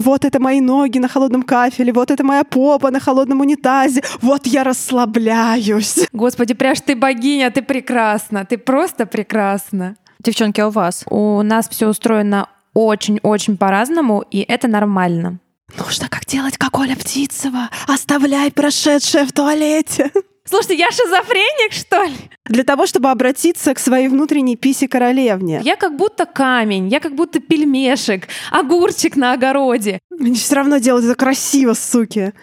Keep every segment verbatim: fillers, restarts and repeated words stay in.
Вот это мои ноги на холодном кафеле, вот это моя попа на холодном унитазе, вот я расслабляюсь. Господи, прям ты богиня, ты прекрасна, ты просто прекрасна. Девчонки, а у вас? У нас все устроено очень-очень по-разному, и это нормально. Нужно как делать, как Оля Птицева. Оставляй прошедшее в туалете. Слушайте, я шизофреник, что ли? Для того, чтобы обратиться к своей внутренней писе-королевне. Я как будто камень, я как будто пельмешек, огурчик на огороде. Они все равно делают это красиво, суки.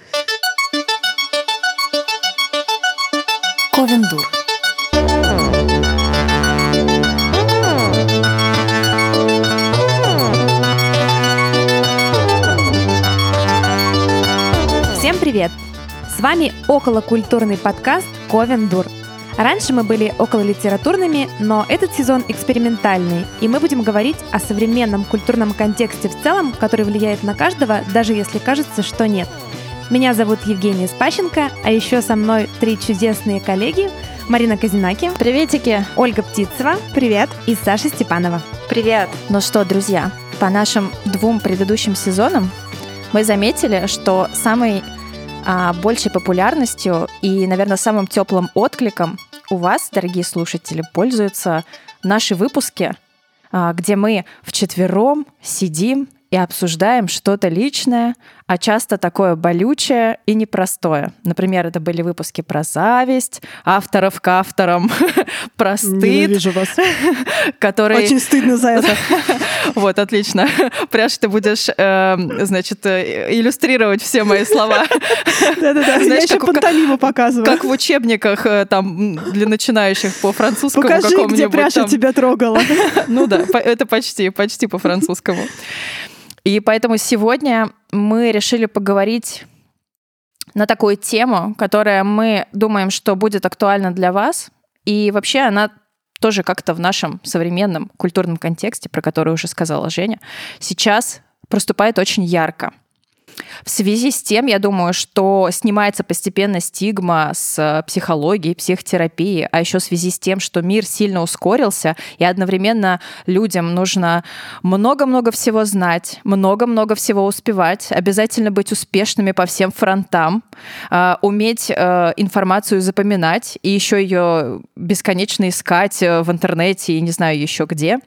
Ковендур. Всем привет! С вами околокультурный подкаст «Ковендур». Раньше мы были окололитературными, но этот сезон экспериментальный, и мы будем говорить о современном культурном контексте в целом, который влияет на каждого, даже если кажется, что нет. Меня зовут Евгения Спащенко, а еще со мной три чудесные коллеги: Марина Козинаки. Приветики. Ольга Птицева. Привет. И Саша Степанова. Привет. Ну что, друзья, по нашим двум предыдущим сезонам мы заметили, что самой а, большей популярностью и, наверное, самым теплым откликом у вас, дорогие слушатели, пользуются наши выпуски, а, где мы вчетвером сидим и обсуждаем что-то личное, а часто такое болючее и непростое. Например, это были выпуски про зависть, авторов к авторам, про стыд. Ненавижу вас. Который... Очень стыдно за это. Вот, отлично. Пряж, ты будешь, значит, иллюстрировать все мои слова. Да-да-да, я еще пантомиму показываю. Как в учебниках там для начинающих по французскому какому-нибудь. Покажи, где Пряша тебя трогала. Ну да, это почти, почти по французскому. И поэтому сегодня мы решили поговорить на такую тему, которая, мы думаем, что будет актуальна для вас. И вообще она тоже как-то в нашем современном культурном контексте, про который уже сказала Женя, сейчас проступает очень ярко. В связи с тем, я думаю, что снимается постепенно стигма с психологии, психотерапии, а еще в связи с тем, что мир сильно ускорился, и одновременно людям нужно много-много всего знать, много-много всего успевать, обязательно быть успешными по всем фронтам, уметь информацию запоминать и еще ее бесконечно искать в интернете и не знаю еще где.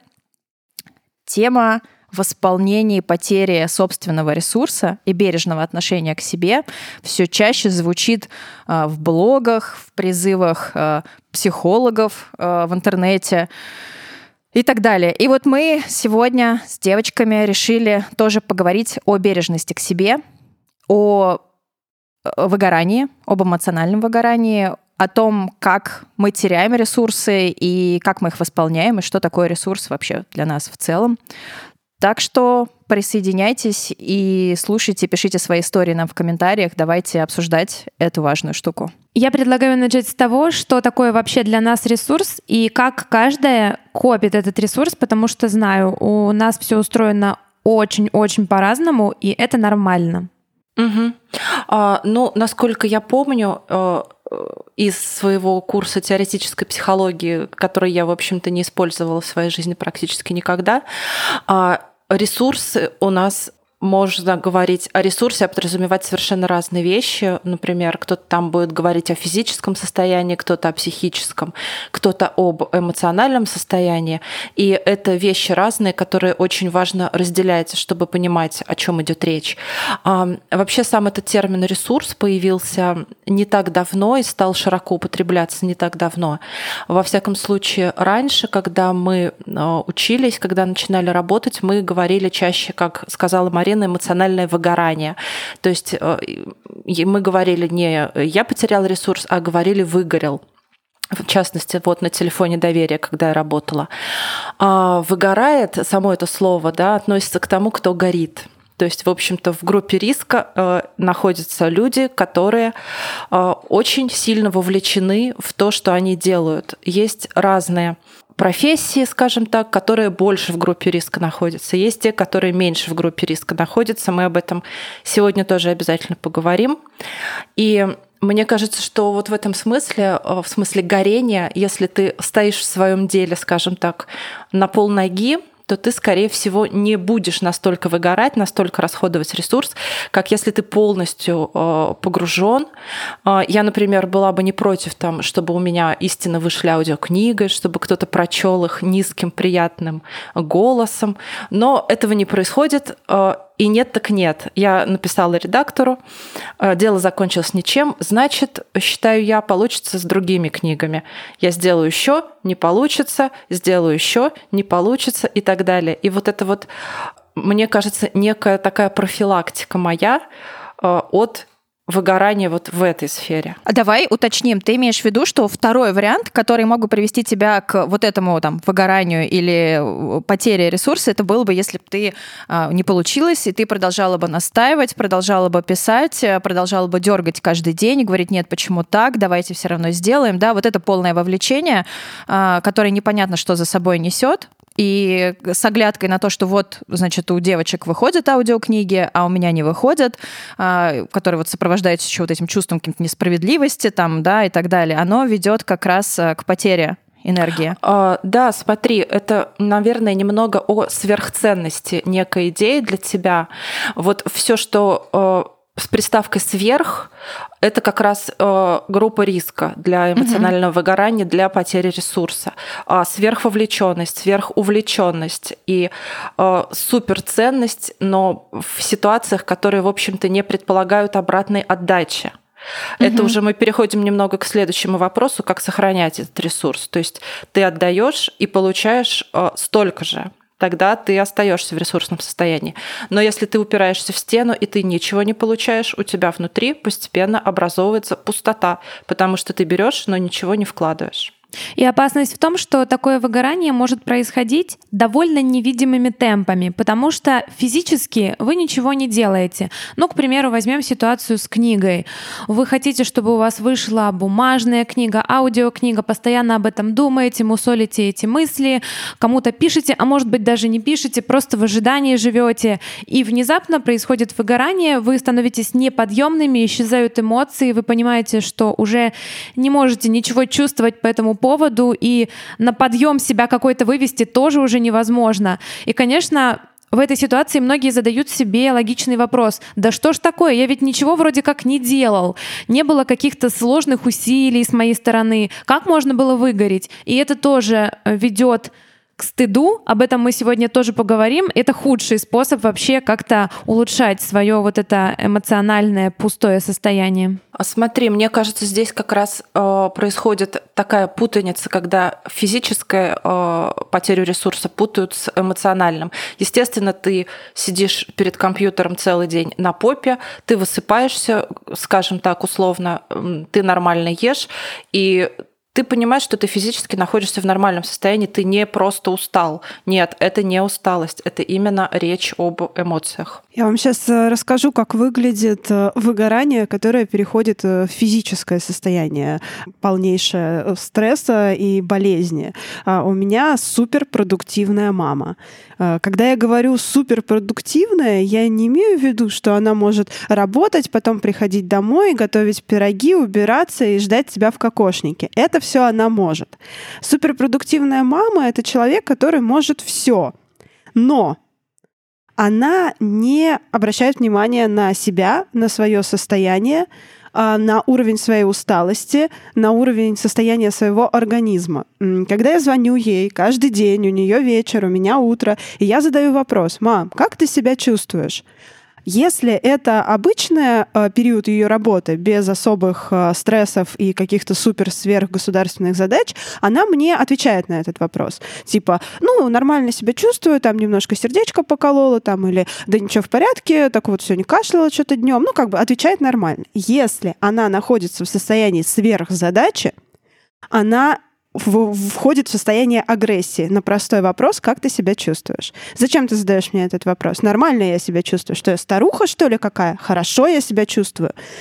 Тема восполнении потери собственного ресурса и бережного отношения к себе все чаще звучит э, в блогах, в призывах э, психологов э, в интернете и так далее. И вот мы сегодня с девочками решили тоже поговорить о бережности к себе, о выгорании, об эмоциональном выгорании, о том, как мы теряем ресурсы и как мы их восполняем, и что такое ресурс вообще для нас в целом. Так что присоединяйтесь и слушайте, пишите свои истории нам в комментариях. Давайте обсуждать эту важную штуку. Я предлагаю начать с того, что такое вообще для нас ресурс и как каждая копит этот ресурс, потому что, знаю, у нас все устроено очень-очень по-разному, и это нормально. Угу. А, ну, насколько я помню, из своего курса теоретической психологии, который я, в общем-то, не использовала в своей жизни практически никогда, ресурсы у нас, можно говорить о ресурсе, а подразумевать совершенно разные вещи. Например, кто-то там будет говорить о физическом состоянии, кто-то о психическом, кто-то об эмоциональном состоянии. И это вещи разные, которые очень важно разделять, чтобы понимать, о чем идет речь. А вообще сам этот термин «ресурс» появился не так давно и стал широко употребляться не так давно. Во всяком случае, раньше, когда мы учились, когда начинали работать, мы говорили чаще, как сказала Марина, эмоциональное выгорание. То есть мы говорили не «я потерял ресурс», а говорили «выгорел». В частности, вот на телефоне доверия, когда я работала. Выгорает, само это слово, да, относится к тому, кто горит. То есть, в общем-то, в группе риска э, находятся люди, которые э, очень сильно вовлечены в то, что они делают. Есть разные профессии, скажем так, которые больше в группе риска находятся. Есть те, которые меньше в группе риска находятся. Мы об этом сегодня тоже обязательно поговорим. И мне кажется, что вот в этом смысле, в смысле горения, если ты стоишь в своем деле, скажем так, на полноги, что ты, скорее всего, не будешь настолько выгорать, настолько расходовать ресурс, как если ты полностью э, погружен. Э, я, например, была бы не против, там, чтобы у меня истинно вышли аудиокниги, чтобы кто-то прочел их низким, приятным голосом, но этого не происходит. Э, И нет, так нет. Я написала редактору, дело закончилось ничем, значит, считаю я, получится с другими книгами. Я сделаю еще, не получится, сделаю еще, не получится и так далее. И вот это вот, мне кажется, некая такая профилактика моя от выгорание вот в этой сфере. А давай уточним. Ты имеешь в виду, что второй вариант, который мог бы привести тебя к вот этому там выгоранию или потере ресурса, это было бы, если бы ты а, не получилось, и ты продолжала бы настаивать, продолжала бы писать, продолжала бы дергать каждый день, говорить, нет, почему так, давайте все равно сделаем. Да, вот это полное вовлечение, а, которое непонятно, что за собой несет. И с оглядкой на то, что вот, значит, у девочек выходят аудиокниги, а у меня не выходят, которые вот сопровождаются еще вот этим чувством какой-то несправедливости там, да, и так далее, оно ведет как раз к потере энергии. А, да, смотри, это, наверное, немного о сверхценности некой идеи для тебя. Вот все, что с приставкой «сверх», это как раз э, группа риска для эмоционального uh-huh. выгорания, для потери ресурса. А сверхвовлеченность, сверхувлеченность и э, суперценность, но в ситуациях, которые, в общем-то, не предполагают обратной отдачи. Uh-huh. Это уже мы переходим немного к следующему вопросу, как сохранять этот ресурс. То есть ты отдаешь и получаешь э, столько же. Тогда ты остаешься в ресурсном состоянии. Но если ты упираешься в стену и ты ничего не получаешь, у тебя внутри постепенно образовывается пустота, потому что ты берешь, но ничего не вкладываешь. И опасность в том, что такое выгорание может происходить довольно невидимыми темпами, потому что физически вы ничего не делаете. Ну, к примеру, возьмем ситуацию с книгой. Вы хотите, чтобы у вас вышла бумажная книга, аудиокнига, постоянно об этом думаете, мусолите эти мысли, кому-то пишете, а может быть даже не пишете, просто в ожидании живете. И внезапно происходит выгорание, вы становитесь неподъемными, исчезают эмоции, вы понимаете, что уже не можете ничего чувствовать по этому поводу, и на подъем себя какой-то вывести тоже уже невозможно. И, конечно, в этой ситуации многие задают себе логичный вопрос. Да что ж такое? Я ведь ничего вроде как не делал. Не было каких-то сложных усилий с моей стороны. Как можно было выгореть? И это тоже ведет к стыду. Об этом мы сегодня тоже поговорим. Это худший способ вообще как-то улучшать свое вот это эмоциональное пустое состояние. Смотри, мне кажется, здесь как раз э, происходит такая путаница, когда физическая э, потерю ресурса путают с эмоциональным. Естественно, ты сидишь перед компьютером целый день на попе, ты высыпаешься, скажем так, условно, ты нормально ешь, и ты понимаешь, что ты физически находишься в нормальном состоянии, ты не просто устал. Нет, это не усталость, это именно речь об эмоциях. Я вам сейчас расскажу, как выглядит выгорание, которое переходит в физическое состояние, полнейшее стресса и болезни. У меня суперпродуктивная мама. Когда я говорю суперпродуктивная, я не имею в виду, что она может работать, потом приходить домой, готовить пироги, убираться и ждать тебя в кокошнике. Это все она может. Суперпродуктивная мама — это человек, который может все. Но она не обращает внимания на себя, на свое состояние, на уровень своей усталости, на уровень состояния своего организма. Когда я звоню ей каждый день, у нее вечер, у меня утро, и я задаю вопрос: «Мам, как ты себя чувствуешь?» Если это обычный э, период ее работы, без особых э, стрессов и каких-то супер-сверхгосударственных задач, она мне отвечает на этот вопрос. Типа, ну, нормально себя чувствую, там немножко сердечко покололо, там, или да ничего в порядке, так вот сегодня кашляла что-то днем, ну, как бы отвечает нормально. Если она находится в состоянии сверхзадачи, она входит в состояние агрессии на простой вопрос: как ты себя чувствуешь? Зачем ты задаешь мне этот вопрос? Нормально я себя чувствую? Что я старуха, что ли, какая? Хорошо я себя чувствую.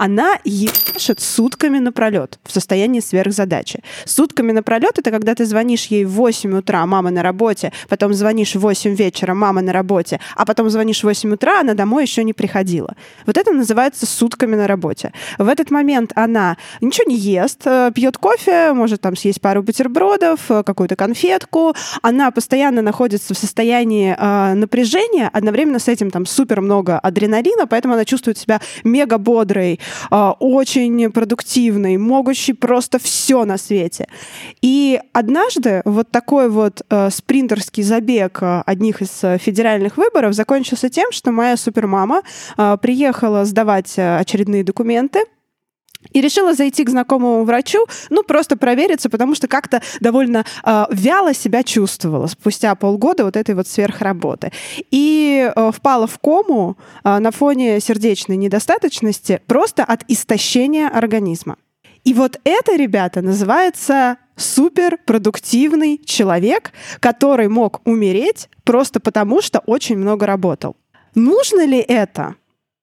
она ебашит сутками напролет в состоянии сверхзадачи. Сутками напролет — это когда ты звонишь ей в восемь утра, мама на работе, потом звонишь в восемь вечера, мама на работе, а потом звонишь в восемь утра, она домой еще не приходила. Вот это называется сутками на работе. В этот момент она ничего не ест, пьет кофе, может там съесть пару бутербродов, какую-то конфетку. Она постоянно находится в состоянии э, напряжения, одновременно с этим там супер много адреналина, поэтому она чувствует себя мега бодрой, э, очень продуктивной, могущей просто все на свете. И однажды вот такой вот э, спринтерский забег э, одних из э, федеральных выборов закончился тем, что моя супермама э, приехала сдавать э, очередные документы и решила зайти к знакомому врачу, ну, просто провериться, потому что как-то довольно э, вяло себя чувствовала спустя полгода вот этой вот сверхработы. И э, впала в кому э, на фоне сердечной недостаточности просто от истощения организма. И вот это, ребята, называется суперпродуктивный человек, который мог умереть просто потому, что очень много работал. Нужно ли это?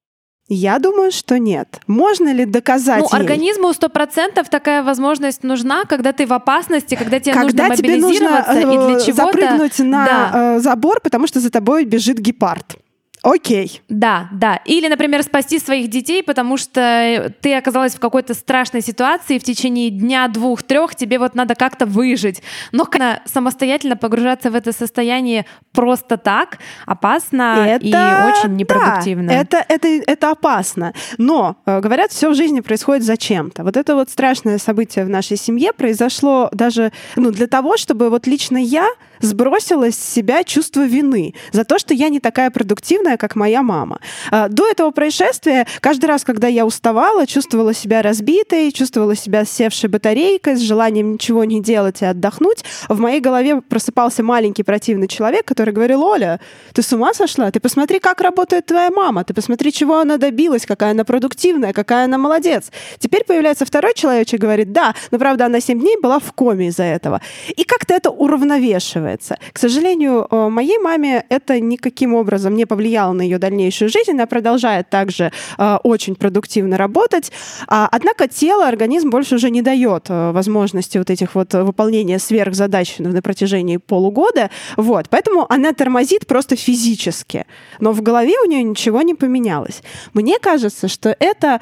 Я думаю, что нет. Можно ли доказать Ну, ей? организму сто процентов такая возможность нужна, когда ты в опасности, когда тебе когда нужно тебе мобилизироваться нужно, и для э, чего-то... запрыгнуть на Да. э, забор, потому что за тобой бежит гепард. Окей. Да, да. Или, например, спасти своих детей, потому что ты оказалась в какой-то страшной ситуации, и в течение дня, двух, трех тебе вот надо как-то выжить. Но конечно, самостоятельно погружаться в это состояние просто так опасно Это, и очень непродуктивно. Да, это, это, это опасно. Но, э, говорят, все в жизни происходит зачем-то. Вот это вот страшное событие в нашей семье произошло даже ну, для того, чтобы вот лично я сбросила с себя чувство вины за то, что я не такая продуктивная, как моя мама. До этого происшествия каждый раз, когда я уставала, чувствовала себя разбитой, чувствовала себя севшей батарейкой, с желанием ничего не делать и отдохнуть, в моей голове просыпался маленький противный человек, который говорил: Оля, ты с ума сошла? Ты посмотри, как работает твоя мама, ты посмотри, чего она добилась, какая она продуктивная, какая она молодец. Теперь появляется второй человечек и говорит: да, но правда она семь дней была в коме из-за этого. И как-то это уравновешивает. К сожалению, моей маме это никаким образом не повлияло на ее дальнейшую жизнь. Она продолжает также очень продуктивно работать. Однако тело, организм больше уже не дает возможности вот этих вот выполнения сверхзадач на протяжении полугода. Вот. Поэтому она тормозит просто физически. Но в голове у нее ничего не поменялось. Мне кажется, что это...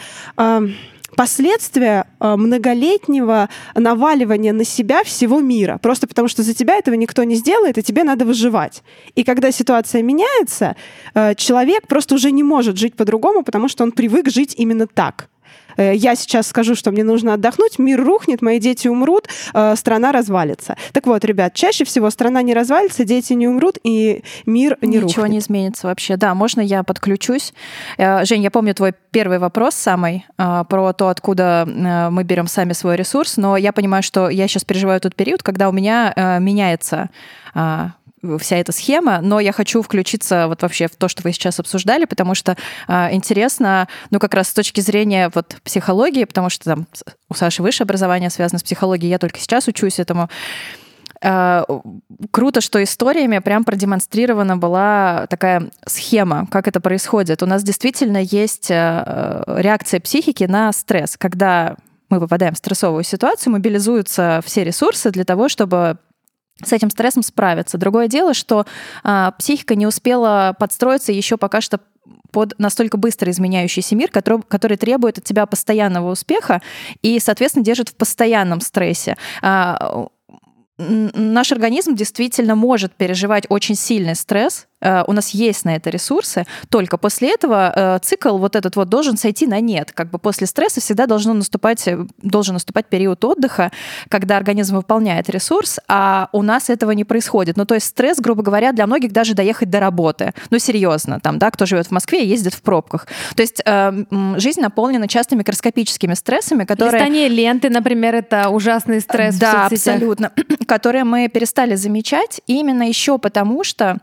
последствия многолетнего наваливания на себя всего мира. Просто потому, что за тебя этого никто не сделает, и тебе надо выживать. И когда ситуация меняется, человек просто уже не может жить по-другому, потому что он привык жить именно так. Я сейчас скажу, что мне нужно отдохнуть, мир рухнет, мои дети умрут, страна развалится. Так вот, ребят, чаще всего страна не развалится, дети не умрут, и мир не рухнет. Ничего не изменится вообще. Да, можно я подключусь? Жень, я помню твой первый вопрос самый про то, откуда мы берем сами свой ресурс, но я понимаю, что я сейчас переживаю тот период, когда у меня меняется вся эта схема, но я хочу включиться вот вообще в то, что вы сейчас обсуждали, потому что э, интересно, ну, как раз с точки зрения вот психологии, потому что там у Саши высшее образование связано с психологией, я только сейчас учусь этому. Э, круто, что историями прям продемонстрирована была такая схема, как это происходит. У нас действительно есть э, реакция психики на стресс. Когда мы попадаем в стрессовую ситуацию, мобилизуются все ресурсы для того, чтобы с этим стрессом справиться. Другое дело, что а, психика не успела подстроиться еще пока что под настолько быстро изменяющийся мир, который, который требует от тебя постоянного успеха и, соответственно, держит в постоянном стрессе. А, наш организм действительно может переживать очень сильный стресс. У нас есть на это ресурсы, только после этого цикл вот этот вот должен сойти на нет. Как бы после стресса всегда должно наступать, должен наступать период отдыха, когда организм выполняет ресурс, а у нас этого не происходит. Ну, то есть стресс, грубо говоря, для многих даже доехать до работы. Ну, серьезно, там, да, кто живет в Москве и ездит в пробках. То есть э, жизнь наполнена часто микроскопическими стрессами, которые... Листание ленты, например, это ужасный стресс да, в соцсетях. абсолютно. Которые мы перестали замечать именно еще потому, что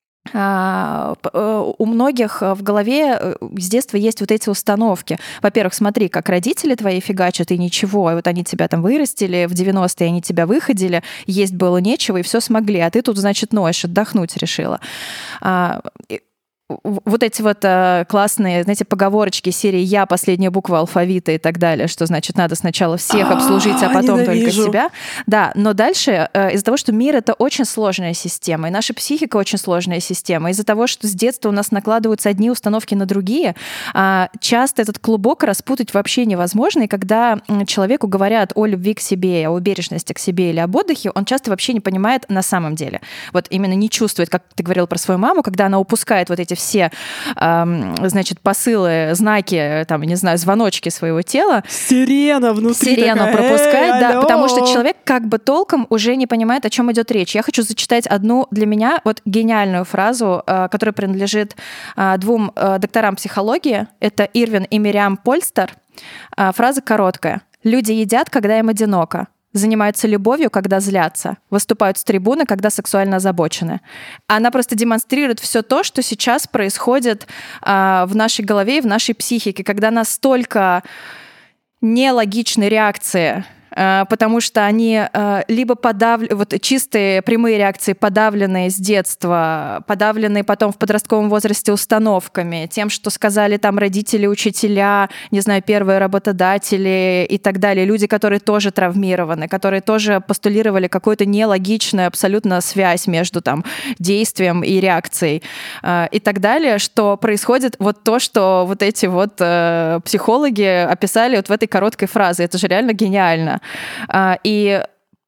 у многих в голове с детства есть вот эти установки. Во-первых, смотри, как родители твои фигачат, и ничего, и вот они тебя там вырастили, в девяностые они тебя выходили, есть было нечего, и все смогли, а ты тут, значит, ноешь, отдохнуть решила. вот эти вот э, классные, знаете, поговорочки серии «я» последняя буква алфавита и так далее, что значит надо сначала всех обслужить, а потом только себя. Да, но дальше э, из-за того, что мир — это очень сложная система, и наша психика очень сложная система, из-за того, что с детства у нас накладываются одни установки на другие, э, часто этот клубок распутать вообще невозможно, и когда человеку говорят о любви к себе, о бережности к себе или об отдыхе, он часто вообще не понимает на самом деле. Вот именно не чувствует, как ты говорил про свою маму, когда она упускает вот эти все, эм, значит, посылы, знаки, там, не знаю, звоночки своего тела. Сирена внутри. Сирену такая, пропускает, эй, да, алло. потому что человек как бы толком уже не понимает, о чем идет речь. Я хочу зачитать одну для меня вот гениальную фразу, э, которая принадлежит э, двум э, докторам психологии. Это Ирвин и Мириам Польстер. Э, фраза короткая. «Люди едят, когда им одиноко. Занимаются любовью, когда злятся, выступают с трибуны, когда сексуально озабочены». Она просто демонстрирует все то, что сейчас происходит э, в нашей голове и в нашей психике, когда настолько нелогичны реакции, э, потому что они э, либо подавлены, вот чистые прямые реакции, подавленные с детства, подавленные потом в подростковом возрасте установками, тем, что сказали там родители, учителя, не знаю, первые работодатели и так далее, люди, которые тоже травмированы, которые тоже постулировали какую-то нелогичную абсолютно связь между там действием и реакцией э, и так далее, что происходит вот то, что вот эти вот э, психологи описали вот в этой короткой фразе. Это же реально гениально. И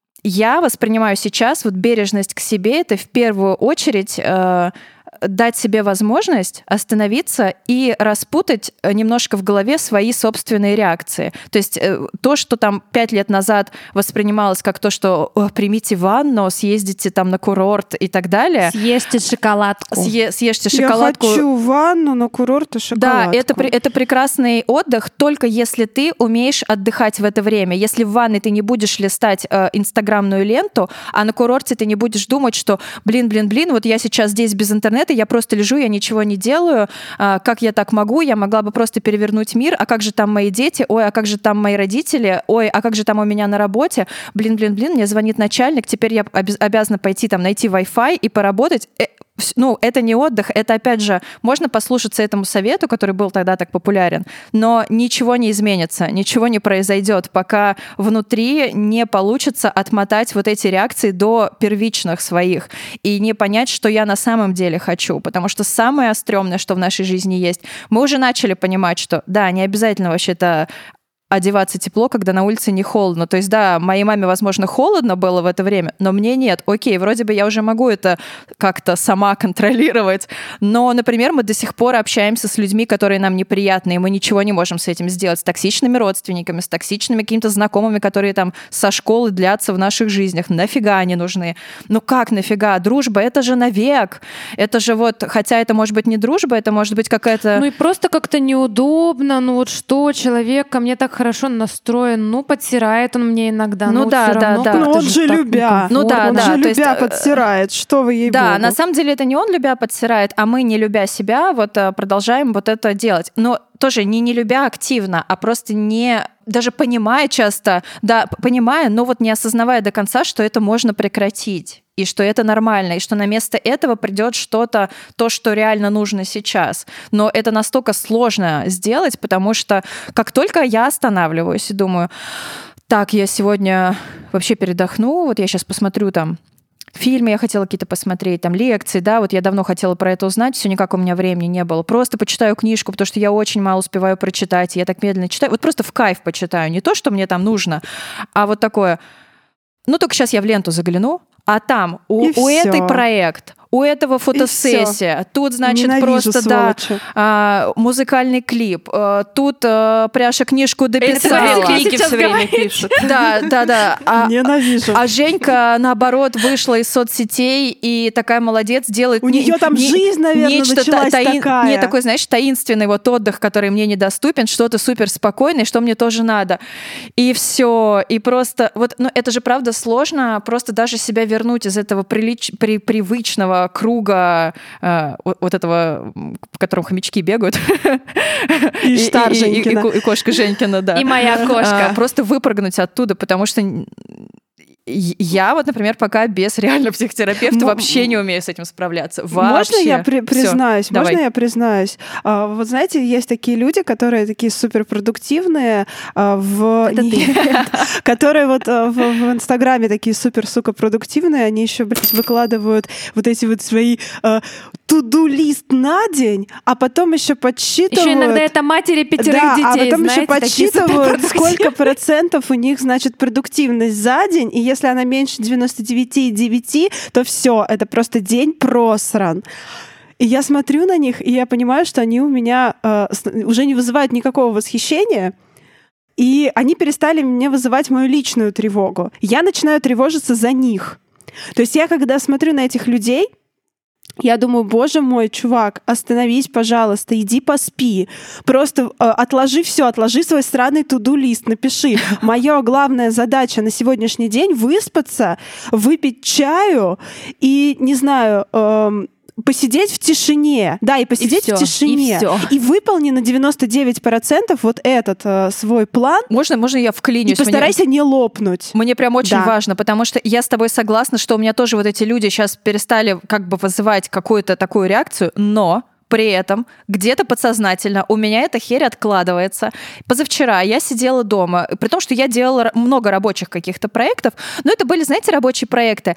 я воспринимаю сейчас вот бережность к себе — это в первую очередь э, дать себе возможность остановиться и распутать немножко в голове свои собственные реакции. То есть то, что там пять лет назад воспринималось как то, что примите ванну, съездите там на курорт и так далее. Съешьте шоколадку. Съе- съешьте шоколадку. Я хочу ванну на курорт и шоколадку. Да, это, это прекрасный отдых, только если ты умеешь отдыхать в это время. Если в ванной ты не будешь листать э, инстаграмную ленту, а на курорте ты не будешь думать, что блин, блин, блин, вот я сейчас здесь без интернета, я просто лежу, я ничего не делаю, а, как я так могу, я могла бы просто перевернуть мир, а как же там мои дети, ой, а как же там мои родители, ой, а как же там у меня на работе, блин, блин, блин, мне звонит начальник, теперь я обязана пойти там найти Wi-Fi и поработать. Ну, это не отдых, это, опять же, можно послушаться этому совету, который был тогда так популярен, но ничего не изменится, ничего не произойдет, пока внутри не получится отмотать вот эти реакции до первичных своих и не понять, что я на самом деле хочу, потому что самое стрёмное, что в нашей жизни есть, мы уже начали понимать, что, да, не обязательно вообще-то одеваться тепло, когда на улице не холодно. То есть, да, моей маме, возможно, холодно было в это время, но мне нет. Окей, вроде бы я уже могу это как-то сама контролировать, но, например, мы до сих пор общаемся с людьми, которые нам неприятны, и мы ничего не можем с этим сделать, с токсичными родственниками, с токсичными какими-то знакомыми, которые там со школы длятся в наших жизнях. Нафига они нужны? Ну как нафига? Дружба — это же навек. Это же вот, хотя это может быть не дружба, это может быть какая-то... Ну и просто как-то неудобно, ну вот что, человек ко мне так хорошо настроен, ну, подтирает он мне иногда. Ну, ну да, да, да, равно да. Ну он же любя. Ну да, он да. же То любя есть, подтирает. Что вы ей Да, на самом деле это не он любя подтирает, а мы, не любя себя, вот продолжаем вот это делать. Но тоже не не любя активно, а просто не... даже понимая часто, да, понимая, но вот не осознавая до конца, что это можно прекратить, и что это нормально, и что на место этого придет что-то, то, что реально нужно сейчас. Но это настолько сложно сделать, потому что как только я останавливаюсь и думаю, так, я сегодня вообще передохну, вот я сейчас посмотрю там фильмы, я хотела какие-то посмотреть, там лекции, да, вот я давно хотела про это узнать, все никак у меня времени не было. Просто почитаю книжку, потому что я очень мало успеваю прочитать, я так медленно читаю. Вот просто в кайф почитаю, не то, что мне там нужно, а вот такое, ну только сейчас я в ленту загляну, а там у, у этой проект, у этого фотосессия, тут, значит, Ненавижу, просто, сволочи. да, а, музыкальный клип, а, тут а, Пряша книжку дописала. Клики все время пишут. Да, да, да. А, Ненавижу. а Женька, наоборот, вышла из соцсетей и такая молодец, делает... У не- нее там не- жизнь, наверное, нечто началась таин- такая. Не, такой, знаешь, таинственный вот отдых, который мне недоступен, что-то супер спокойное, что мне тоже надо. И все. И просто... Вот, ну, это же, правда, сложно просто даже себя вернуть из этого прилич... при... привычного круга э, вот вот этого, в котором хомячки бегают. И штар и- и- Женькина. и- и кошка Женькина, да. И моя кошка. А, Просто выпрыгнуть оттуда, потому что я вот, например, пока без реально психотерапевта вообще не умею с этим справляться. Вообще. Можно я при- признаюсь? Всё, Можно давай. я признаюсь? А, вот знаете, есть такие люди, которые такие суперпродуктивные, а, в... которые вот а, в, в Инстаграме такие супер, сука, продуктивные, они еще, блядь, выкладывают вот эти вот свои а, to-do-лист на день, а потом еще подсчитывают... Еще иногда это матери пятерых да, детей, а потом знаете, еще подсчитывают, сколько процентов у них, значит, продуктивность за день, и если она меньше девяносто девять целых девять десятых, то все, это просто день просран. И я смотрю на них, и я понимаю, что они у меня э, уже не вызывают никакого восхищения, и они перестали мне вызывать мою личную тревогу. Я начинаю тревожиться за них. То есть я, когда смотрю на этих людей, я думаю, боже мой, чувак, остановись, пожалуйста, иди поспи. Просто э, отложи все, отложи свой сраный туду-лист, напиши. Моя главная задача на сегодняшний день — выспаться, выпить чаю и, не знаю... Э, посидеть в тишине. Да, и посидеть и всё, в тишине. И, всё. И выполни на девяносто девять процентов вот этот э, свой план. Можно, можно я вклинюсь? И постарайся мне, не лопнуть. Мне прям очень да. важно, потому что я с тобой согласна, что у меня тоже вот эти люди сейчас перестали как бы вызывать какую-то такую реакцию, но при этом где-то подсознательно у меня эта херь откладывается. Позавчера я сидела дома, при том, что я делала много рабочих каких-то проектов, но это были, знаете, рабочие проекты.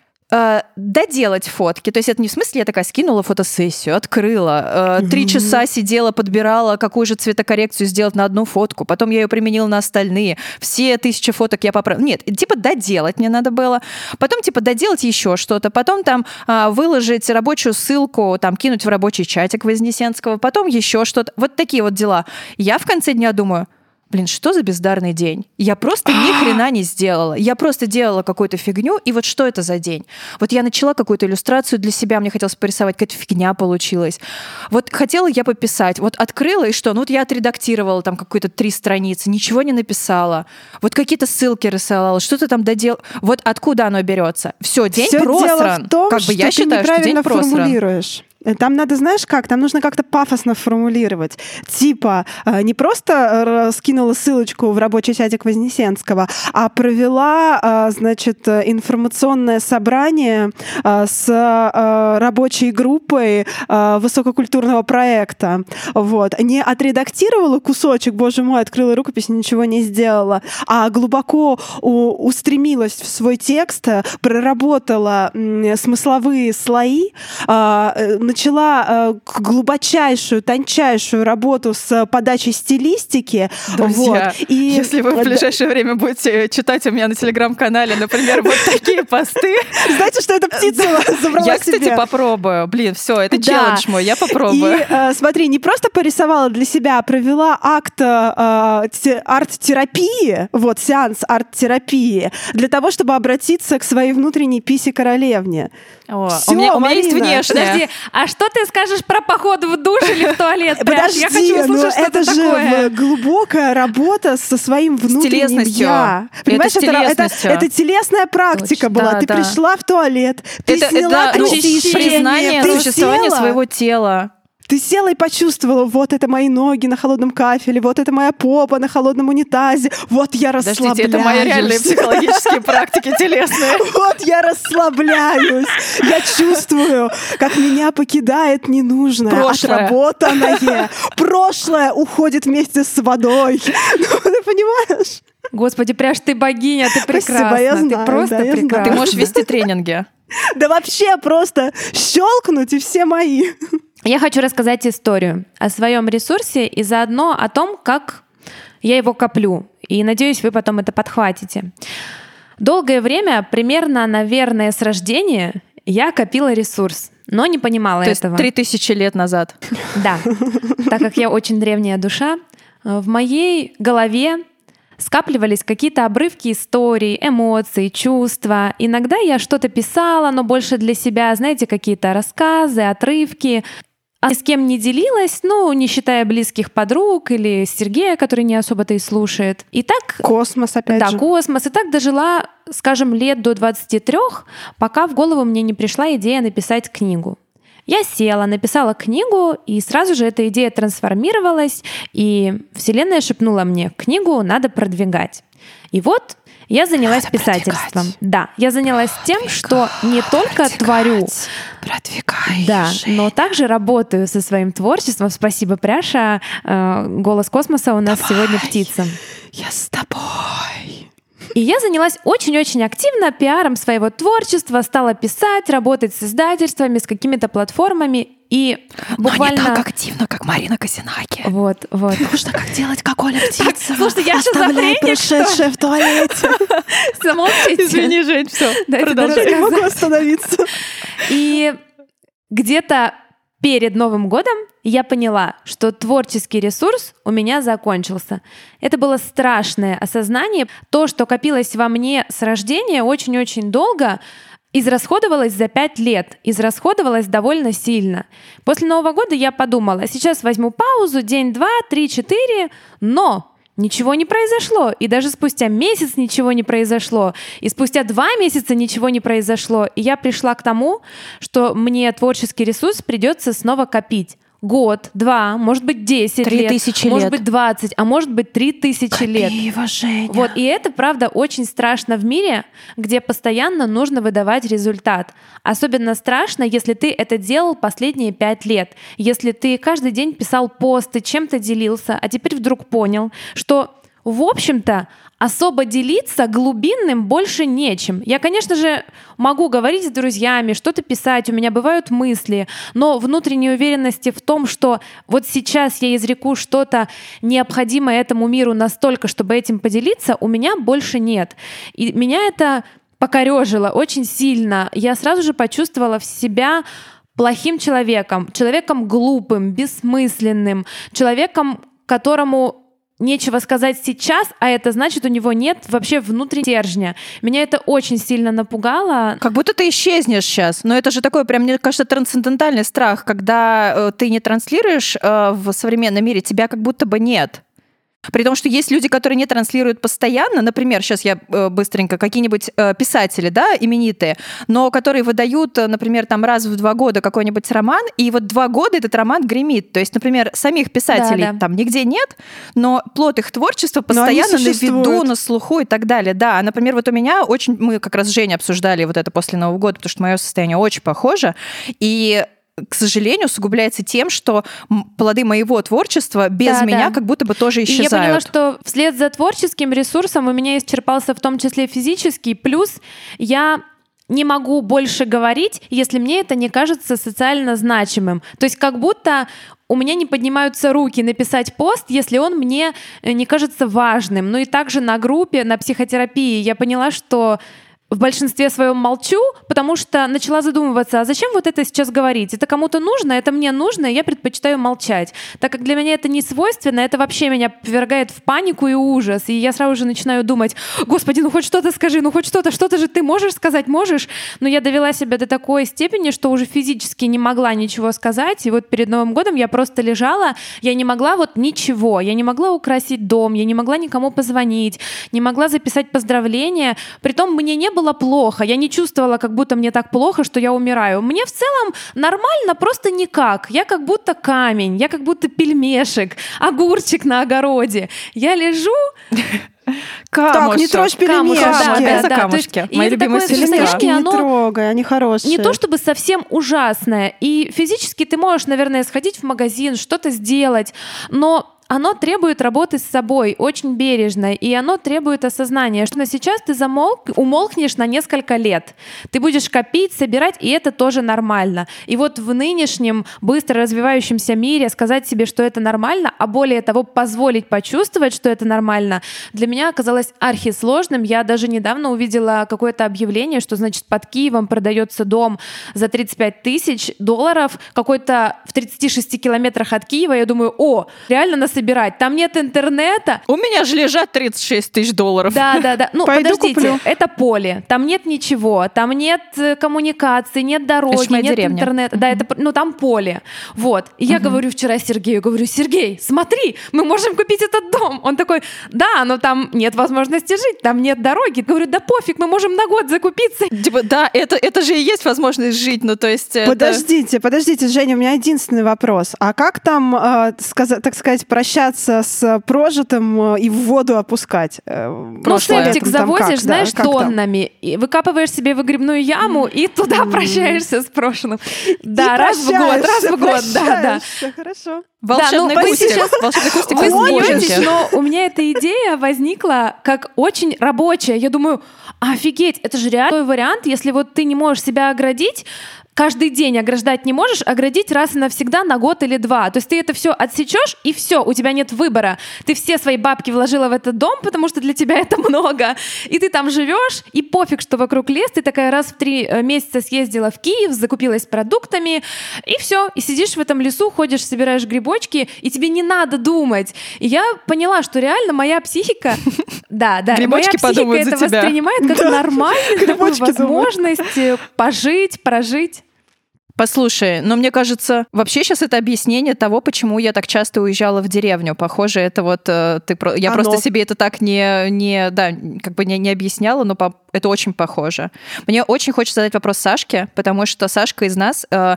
Доделать фотки. То есть это не в смысле я такая скинула фотосессию, открыла, три mm-hmm. часа сидела, подбирала, какую же цветокоррекцию сделать на одну фотку, потом я ее применила на остальные. Все тысячи фоток я поправила. Нет, типа доделать мне надо было. Потом типа доделать еще что-то. Потом там выложить рабочую ссылку, там кинуть в рабочий чатик Вознесенского. Потом еще что-то. Вот такие вот дела. Я в конце дня думаю, блин, что за бездарный день? Я просто ни хрена не сделала. Я просто делала какую-то фигню, и вот что это за день? Вот я начала какую-то иллюстрацию для себя, мне хотелось порисовать, какая-то фигня получилась. Вот хотела я пописать, вот открыла, и что? Ну вот я отредактировала там какие-то три страницы, ничего не написала. Вот какие-то ссылки рисовала, что-то там доделала. Вот откуда оно берется? Все, день Всё просран. Дело в том, как бы что я ты считаю, что день просран. Формулируешь. Там надо, знаешь как, там нужно как-то пафосно формулировать. Типа, не просто скинула ссылочку в рабочий чатик Вознесенского, а провела, значит, информационное собрание с рабочей группой высококультурного проекта. Вот. Не отредактировала кусочек, боже мой, открыла рукопись, ничего не сделала, а глубоко устремилась в свой текст, проработала смысловые слои, начала э, глубочайшую, тончайшую работу с подачей стилистики. Друзья, вот. И... если вы в ближайшее время будете читать у меня на телеграм-канале, например, вот такие посты... Знаете, что эта птица забрала себе? Я, кстати, попробую. Блин, все, это челлендж мой, я попробую. И э, смотри, не просто порисовала для себя, а провела акт э, арт-терапии, вот, сеанс арт-терапии, для того, чтобы обратиться к своей внутренней писе-королевне. О, Всё, у, меня, у меня есть внешняя. Подожди, а что ты скажешь про поход в душ или в туалет? Подожди, я хочу услышать, ну что это же такое. глубокая работа со своим внутренним я. Понимаешь, это, это, это, это телесная практика Точно, была. Да, ты да. пришла в туалет, ты это, сняла это, трусишки, признание ты существования села, своего тела. Ты села и почувствовала, вот это мои ноги на холодном кафеле, вот это моя попа на холодном унитазе, вот я расслабляюсь. Подождите, это мои реальные психологические практики телесные. Вот я расслабляюсь, я чувствую, как меня покидает ненужное, отработанное. Прошлое уходит вместе с водой. Ну, ты понимаешь? Господи, прям ты богиня, ты прекрасна. Спасибо, я знаю, ты просто да, прекрасна. Ты можешь вести тренинги. Да вообще просто щелкнуть, и все мои. Я хочу рассказать историю о своем ресурсе и заодно о том, как я его коплю. И надеюсь, вы потом это подхватите. Долгое время, примерно, наверное, с рождения, я копила ресурс, но не понимала То этого. То есть три тысячи лет назад. Да. Так как я очень древняя душа, в моей голове скапливались какие-то обрывки историй, эмоций, чувства. Иногда я что-то писала, но больше для себя, знаете, какие-то рассказы, отрывки. А ни с кем не делилась, ну, не считая близких подруг или Сергея, который не особо-то и слушает. И так... Космос, опять да, же. Да, космос. И так дожила, скажем, лет до двадцати трёх, пока в голову мне не пришла идея написать книгу. Я села, написала книгу, и сразу же эта идея трансформировалась, и Вселенная шепнула мне, книгу надо продвигать. И вот Я занялась Надо писательством. продвигать. Да, я занялась тем, что не только творю, Продвигай. да, но также работаю со своим творчеством. Спасибо, Пряша. Э, Голос космоса у нас Давай. сегодня птица. Я с тобой. И я занялась очень-очень активно пиаром своего творчества, стала писать, работать с издательствами, с какими-то платформами. И буквально... Но не так активно, как Марина Косинаки. Вот, вот. Нужно как делать, как Оля Птица. слушайте, я Оставляй шизофреник, что ли? прошедшее в туалете. Замолчите. Извини, Жень, все. Дайте Продолжай. Я не могу остановиться. И где-то перед Новым годом я поняла, что творческий ресурс у меня закончился. Это было страшное осознание. То, что копилось во мне с рождения очень-очень долго, израсходовалось за пять лет. Израсходовалось довольно сильно. После Нового года я подумала, сейчас возьму паузу, день, два, три, четыре, но... Ничего не произошло, и даже спустя месяц ничего не произошло, и спустя два месяца ничего не произошло, и я пришла к тому, что мне творческий ресурс придется снова копить. Год, два, может быть, десять Три лет, тысячи может лет. быть, двадцать, а может быть, три тысячи лет. Пиво, Женя. Вот, и это, правда, очень страшно в мире, где постоянно нужно выдавать результат. Особенно страшно, если ты это делал последние пять лет, если ты каждый день писал посты, чем-то делился, а теперь вдруг понял, что, в общем-то, особо делиться глубинным больше нечем. Я, конечно же, могу говорить с друзьями, что-то писать, у меня бывают мысли, но внутренней уверенности в том, что вот сейчас я изреку что-то необходимое этому миру настолько, чтобы этим поделиться, у меня больше нет. И меня это покорёжило очень сильно. Я сразу же почувствовала в себя плохим человеком, человеком глупым, бессмысленным, человеком, которому нечего сказать сейчас, а это значит, у него нет вообще внутреннего стержня. Меня это очень сильно напугало. Как будто ты исчезнешь сейчас. Но это же такой, прям, мне кажется, трансцендентальный страх, когда э, ты не транслируешь э, в современном мире, тебя как будто бы нет. При том, что есть люди, которые не транслируют постоянно, например, сейчас я э, быстренько, какие-нибудь э, писатели, да, именитые, но которые выдают, э, например, там раз в два года какой-нибудь роман, и вот два года этот роман гремит. То есть, например, самих писателей Да, да. там нигде нет, но плод их творчества постоянно на виду, на слуху и так далее. Да, например, вот у меня очень, мы как раз с Женей обсуждали вот это после Нового года, потому что мое состояние очень похоже, и к сожалению, усугубляется тем, что плоды моего творчества без Да, меня да. как будто бы тоже исчезают. И я поняла, что вслед за творческим ресурсом у меня исчерпался в том числе физический, плюс я не могу больше говорить, если мне это не кажется социально значимым. То есть как будто у меня не поднимаются руки написать пост, если он мне не кажется важным. Ну и также на группе, на психотерапии я поняла, что в большинстве своем молчу, потому что начала задумываться, а зачем вот это сейчас говорить? Это кому-то нужно, это мне нужно, и я предпочитаю молчать. Так как для меня это не свойственно, это вообще меня повергает в панику и ужас. И я сразу же начинаю думать, господи, ну хоть что-то скажи, ну хоть что-то, что-то же ты можешь сказать, можешь? Но я довела себя до такой степени, что уже физически не могла ничего сказать. И вот перед Новым годом я просто лежала, я не могла вот ничего, я не могла украсить дом, я не могла никому позвонить, не могла записать поздравления. Притом мне не было было плохо, я не чувствовала, как будто мне так плохо, что я умираю. Мне в целом нормально, просто никак. Я как будто камень, я как будто пельмешек, огурчик на огороде. Я лежу... Камушек. Так, не трожь Камушек, пельмешки. да, да, да, камушки. то есть, Мои и это любимые такое существа. состояние, Не оно трогай, они хорошие. не то чтобы совсем ужасное. И физически ты можешь, наверное, сходить в магазин, что-то сделать, но оно требует работы с собой очень бережно, и оно требует осознания, что сейчас ты замолк, умолкнешь на несколько лет. Ты будешь копить, собирать, и это тоже нормально. И вот в нынешнем быстро развивающемся мире сказать себе, что это нормально, а более того, позволить почувствовать, что это нормально, для меня оказалось архисложным. Я даже недавно увидела какое-то объявление, что, значит, под Киевом продается дом за тридцать пять тысяч долларов, какой-то в тридцати шести километрах от Киева. Я думаю, о, реально нас собирать. Там нет интернета. У меня же лежат тридцать шесть тысяч долларов. Да, да, да. Ну, Пойду подождите, куплю. это поле. Там нет ничего. Там нет э, коммуникации, нет дороги, Это ж моя нет деревня. интернета. Да, это, ну, там поле. Вот. И я говорю вчера Сергею, говорю, Сергей, смотри, мы можем купить этот дом. Он такой, да, но там нет возможности жить, там нет дороги. Говорю, да пофиг, мы можем на год закупиться. Типа, да, это, это же и есть возможность жить, ну то есть... это- Подождите, подождите, Женя, у меня единственный вопрос. А как там, э, сказа- так сказать, прощаться прощаться с прожитым и в воду опускать. Ну, септик завозишь, как, знаешь, да, тоннами. И выкапываешь себе выгребную яму и туда mm. прощаешься с прошлым. Да, и раз в год, раз в год, да, да. Хорошо. Волшебный да, ну, кустик. Сейчас... Волшебный кустик. Вы смеетесь, но у меня эта идея возникла как очень рабочая. Я думаю, офигеть, это же реальный вариант, если вот ты не можешь себя оградить, каждый день ограждать не можешь, оградить раз и навсегда на год или два. То есть ты это все отсечешь, и все, у тебя нет выбора. Ты все свои бабки вложила в этот дом, потому что для тебя это много. И ты там живешь, и пофиг, что вокруг лес. Ты такая раз в три месяца съездила в Киев, закупилась продуктами, и все. И сидишь в этом лесу, ходишь, собираешь грибочки, и тебе не надо думать. И я поняла, что реально моя психика... Да, да, моя психика это воспринимает как нормальную такую возможность пожить, прожить. Послушай, но мне кажется, вообще сейчас это объяснение того, почему я так часто уезжала в деревню. Похоже, это вот ты, я Оно. просто себе это так не, не, да, как бы не, не объясняла, но по, это очень похоже. Мне очень хочется задать вопрос Сашке, потому что Сашка из нас э,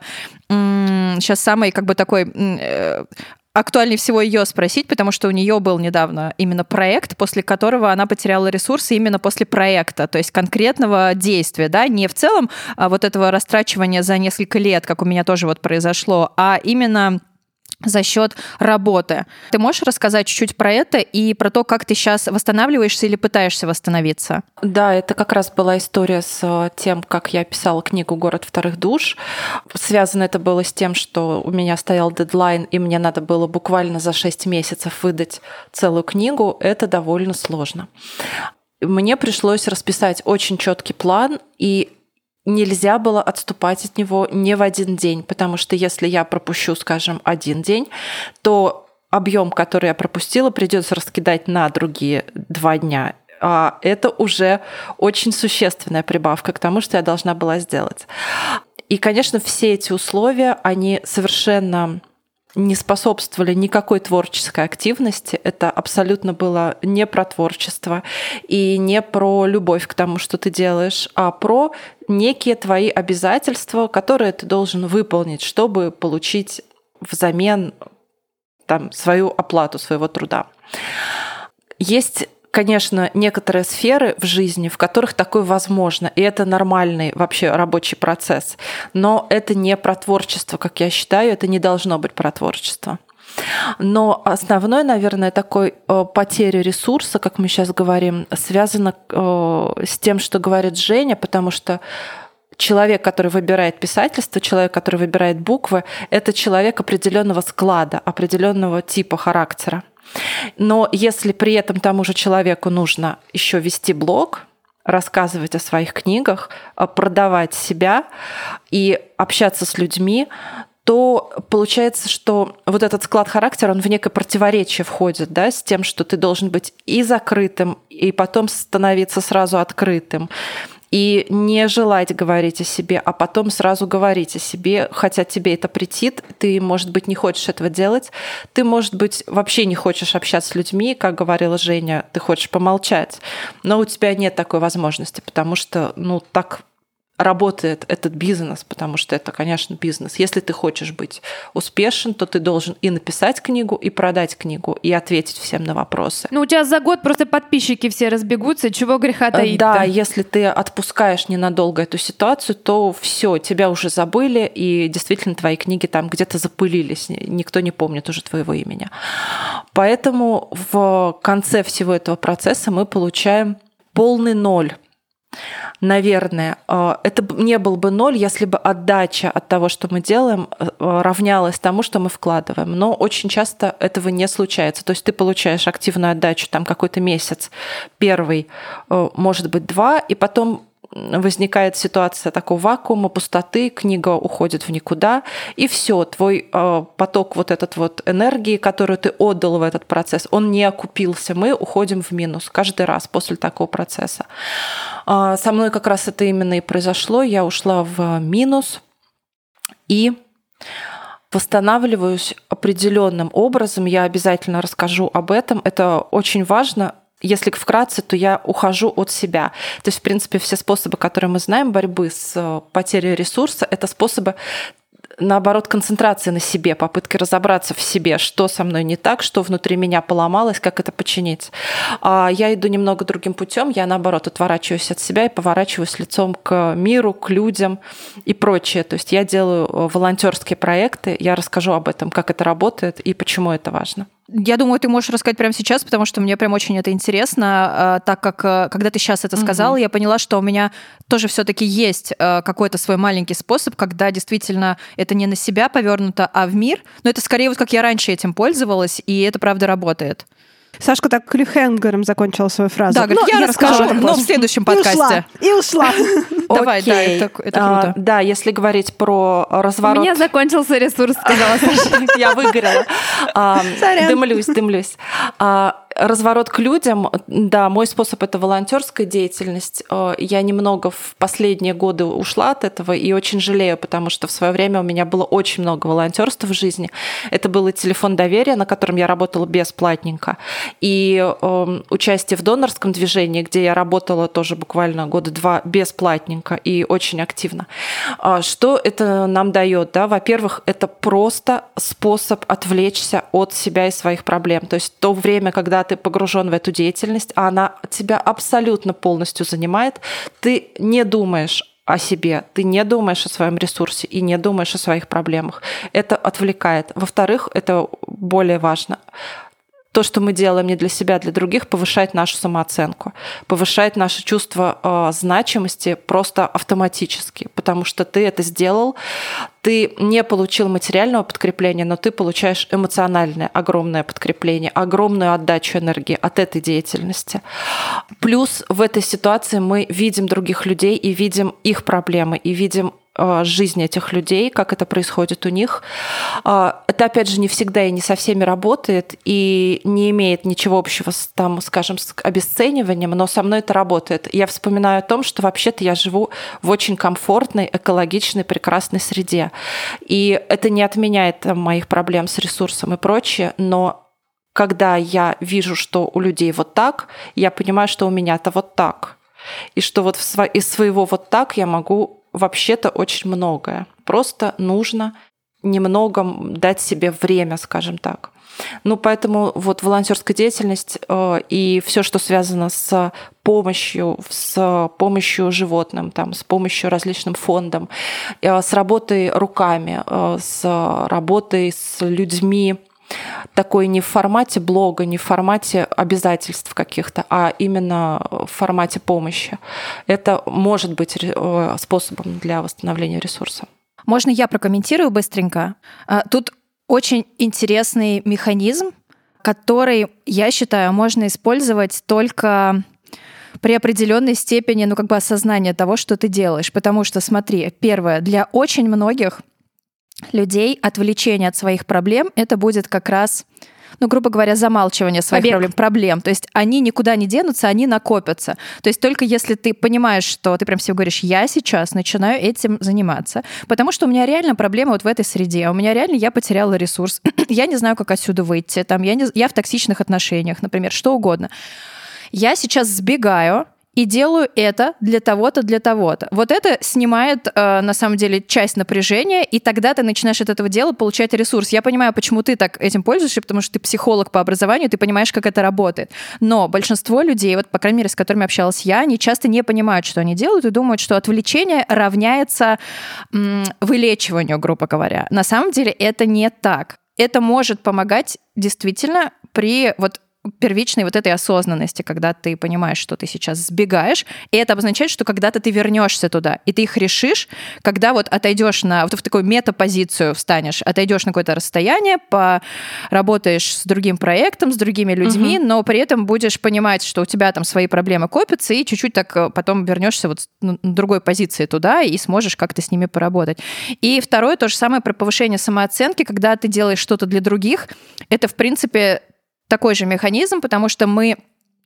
э, сейчас самый как бы такой... Э, актуальнее всего ее спросить, потому что у нее был недавно именно проект, после которого она потеряла ресурсы именно после проекта, то есть конкретного действия, да, не в целом а вот этого растрачивания за несколько лет, как у меня тоже вот произошло, а именно за счет работы. Ты можешь рассказать чуть-чуть про это и про то, как ты сейчас восстанавливаешься или пытаешься восстановиться? Да, это как раз была история с тем, как я писала книгу «Город вторых душ». Связано это было с тем, что у меня стоял дедлайн, и мне надо было буквально за шесть месяцев выдать целую книгу. Это довольно сложно. Мне пришлось расписать очень четкий план, и нельзя было отступать от него ни в один день, потому что если я пропущу, скажем, один день, то объем, который я пропустила, придется раскидать на другие два дня. А это уже очень существенная прибавка к тому, что я должна была сделать. И, конечно, все эти условия, они совершенно не способствовали никакой творческой активности. Это абсолютно было не про творчество и не про любовь к тому, что ты делаешь, а про некие твои обязательства, которые ты должен выполнить, чтобы получить взамен там, свою оплату своего труда. Есть, конечно, некоторые сферы в жизни, в которых такое возможно, и это нормальный вообще рабочий процесс. Но это не про творчество, как я считаю, это не должно быть про творчество. Но основной, наверное, такой э, потеря ресурса, как мы сейчас говорим, связано э, с тем, что говорит Женя, потому что человек, который выбирает писательство, человек, который выбирает буквы, это человек определенного склада, определенного типа характера. Но если при этом тому же человеку нужно еще вести блог, рассказывать о своих книгах, продавать себя и общаться с людьми, то получается, что вот этот склад характера, он в некое противоречие входит, да, с тем, что ты должен быть и закрытым, и потом становиться сразу открытым. И не желать говорить о себе, а потом сразу говорить о себе, хотя тебе это претит, ты, может быть, не хочешь этого делать, ты, может быть, вообще не хочешь общаться с людьми, как говорила Женя, ты хочешь помолчать, но у тебя нет такой возможности, потому что, ну, так работает этот бизнес, потому что это, конечно, бизнес. Если ты хочешь быть успешен, то ты должен и написать книгу, и продать книгу, и ответить всем на вопросы. Ну, у тебя за год просто подписчики все разбегутся, чего греха таить-то. Да, если ты отпускаешь ненадолго эту ситуацию, то все, тебя уже забыли, и действительно твои книги там где-то запылились, никто не помнит уже твоего имени. Поэтому в конце всего этого процесса мы получаем полный ноль. Наверное, это не был бы ноль, если бы отдача от того, что мы делаем, равнялась тому, что мы вкладываем. Но очень часто этого не случается. То есть ты получаешь активную отдачу там какой-то месяц, первый, может быть, два, и потом возникает ситуация такого вакуума, пустоты, книга уходит в никуда, и все, твой э, поток вот этот вот энергии, которую ты отдал в этот процесс, он не окупился. Мы уходим в минус каждый раз после такого процесса. Э, со мной как раз это именно и произошло. Я ушла в минус и восстанавливаюсь определенным образом. Я обязательно расскажу об этом. Это очень важно. Если вкратце, то я ухожу от себя. То есть, в принципе, все способы, которые мы знаем борьбы с потерей ресурса, это способы наоборот, концентрация на себе, попытки разобраться в себе, что со мной не так, что внутри меня поломалось, как это починить. А я иду немного другим путем, я, наоборот, отворачиваюсь от себя и поворачиваюсь лицом к миру, к людям и прочее. То есть я делаю волонтерские проекты, я расскажу об этом, как это работает и почему это важно. Я думаю, ты можешь рассказать прямо сейчас, потому что мне прям очень это интересно, так как, когда ты сейчас это сказала, mm-hmm. я поняла, что у меня тоже все-таки есть какой-то свой маленький способ, когда действительно это не на себя повернуто, а в мир. Но это скорее вот как я раньше этим пользовалась, и это правда работает. Сашка так клиффхенгером закончила свою фразу. Да, говорит, я, я расскажу, но в следующем подкасте. И ушла. Давай, да, это круто. Да, если говорить про разворот... У меня закончился ресурс, сказала Саша. Я выгорела. Дымлюсь, дымлюсь. Разворот к людям, да, мой способ — это волонтерская деятельность. Я немного в последние годы ушла от этого и очень жалею, потому что в свое время у меня было очень много волонтерства в жизни. Это был и телефон доверия, на котором я работала бесплатненько, и э, участие в донорском движении, где я работала тоже буквально года два бесплатненько и очень активно. Что это нам дает? Да? Во-первых, это просто способ отвлечься от себя и своих проблем. То есть то время, когда ты погружен в эту деятельность, а она тебя абсолютно полностью занимает, ты не думаешь о себе, ты не думаешь о своем ресурсе и не думаешь о своих проблемах. Это отвлекает. Во-вторых, это более важно. То, что мы делаем не для себя, а для других, повышает нашу самооценку, повышает наше чувство э, значимости просто автоматически, потому что ты это сделал, ты не получил материального подкрепления, но ты получаешь эмоциональное огромное подкрепление, огромную отдачу энергии от этой деятельности. Плюс в этой ситуации мы видим других людей и видим их проблемы, и видим жизнь этих людей, как это происходит у них. Это, опять же, не всегда и не со всеми работает, и не имеет ничего общего с, там, скажем, с обесцениванием, но со мной это работает. Я вспоминаю о том, что вообще-то я живу в очень комфортной, экологичной, прекрасной среде. И это не отменяет там, моих проблем с ресурсом и прочее, но когда я вижу, что у людей вот так, я понимаю, что у меня-то вот так. И что вот из своего вот так я могу вообще-то очень многое. Просто нужно немного дать себе время, скажем так. Ну, поэтому вот волонтерская деятельность э, и все, что связано с помощью, с помощью животным, там, с помощью различным фондам, э, с работой руками, э, с работой с людьми, такой не в формате блога, не в формате обязательств каких-то, а именно в формате помощи. Это может быть способом для восстановления ресурса. Можно я прокомментирую быстренько? Тут очень интересный механизм, который, я считаю, можно использовать только при определенной степени, ну, как бы осознания того, что ты делаешь. Потому что, смотри, первое, для очень многих людей отвлечение от своих проблем — это будет как раз, ну, грубо говоря, замалчивание своих Побег. проблем, проблем. То есть они никуда не денутся, они накопятся. То есть только если ты понимаешь, что ты прям себе говоришь, я сейчас начинаю этим заниматься, потому что у меня реально проблемы вот в этой среде, у меня реально я потеряла ресурс, я не знаю, как отсюда выйти, там, я, не, я в токсичных отношениях, например, что угодно. Я сейчас сбегаю и делаю это для того-то, для того-то. Вот это снимает, э, на самом деле, часть напряжения, и тогда ты начинаешь от этого дела получать ресурс. Я понимаю, почему ты так этим пользуешься, потому что ты психолог по образованию, ты понимаешь, как это работает. Но большинство людей, вот, по крайней мере, с которыми общалась я, они часто не понимают, что они делают, и думают, что отвлечение равняется м, вылечиванию, грубо говоря. На самом деле это не так. Это может помогать действительно при вот первичной вот этой осознанности, когда ты понимаешь, что ты сейчас сбегаешь, и это обозначает, что когда-то ты вернешься туда, и ты их решишь, когда вот отойдешь на вот в такую метапозицию встанешь, отойдешь на какое-то расстояние, поработаешь с другим проектом, с другими людьми, угу. но при этом будешь понимать, что у тебя там свои проблемы копятся, и чуть-чуть так потом вернешься вот на другой позиции туда и сможешь как-то с ними поработать. И второе, то же самое про повышение самооценки, когда ты делаешь что-то для других, это, в принципе, такой же механизм, потому что мы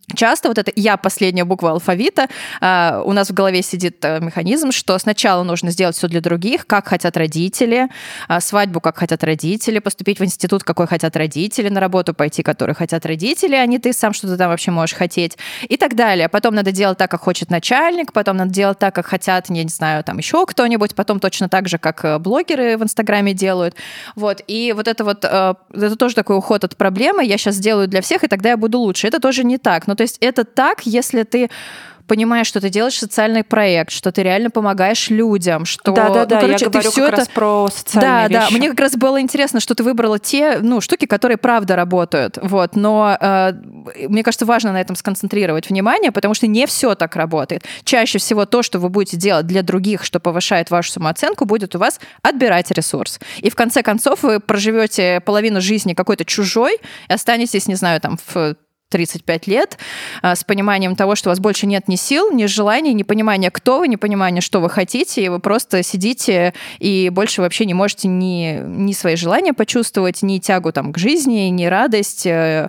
часто вот это «я» последняя буква алфавита, э, у нас в голове сидит э, механизм, что сначала нужно сделать все для других, как хотят родители, э, свадьбу, как хотят родители, поступить в институт, какой хотят родители, на работу пойти, который хотят родители, а не ты сам что-то там вообще можешь хотеть, и так далее. Потом надо делать так, как хочет начальник, потом надо делать так, как хотят, не, не знаю, там еще кто-нибудь, потом точно так же, как блогеры в Инстаграме делают. Вот. И вот это вот, э, это тоже такой уход от проблемы, я сейчас сделаю для всех, и тогда я буду лучше. Это тоже не так. Но то есть это так, если ты понимаешь, что ты делаешь социальный проект, что ты реально помогаешь людям, что... Да-да-да, ну, короче, я говорю как это... раз про социальные да, вещи. Да, мне как раз было интересно, что ты выбрала те ну, штуки, которые правда работают. Вот. Но э, мне кажется, важно на этом сконцентрировать внимание, потому что не все так работает. Чаще всего то, что вы будете делать для других, что повышает вашу самооценку, будет у вас отбирать ресурс. И в конце концов вы проживете половину жизни какой-то чужой и останетесь, не знаю, там в тридцать пять лет, с пониманием того, что у вас больше нет ни сил, ни желаний, ни понимания, кто вы, ни понимания, что вы хотите, и вы просто сидите и больше вообще не можете ни, ни свои желания почувствовать, ни тягу там, к жизни, ни радость,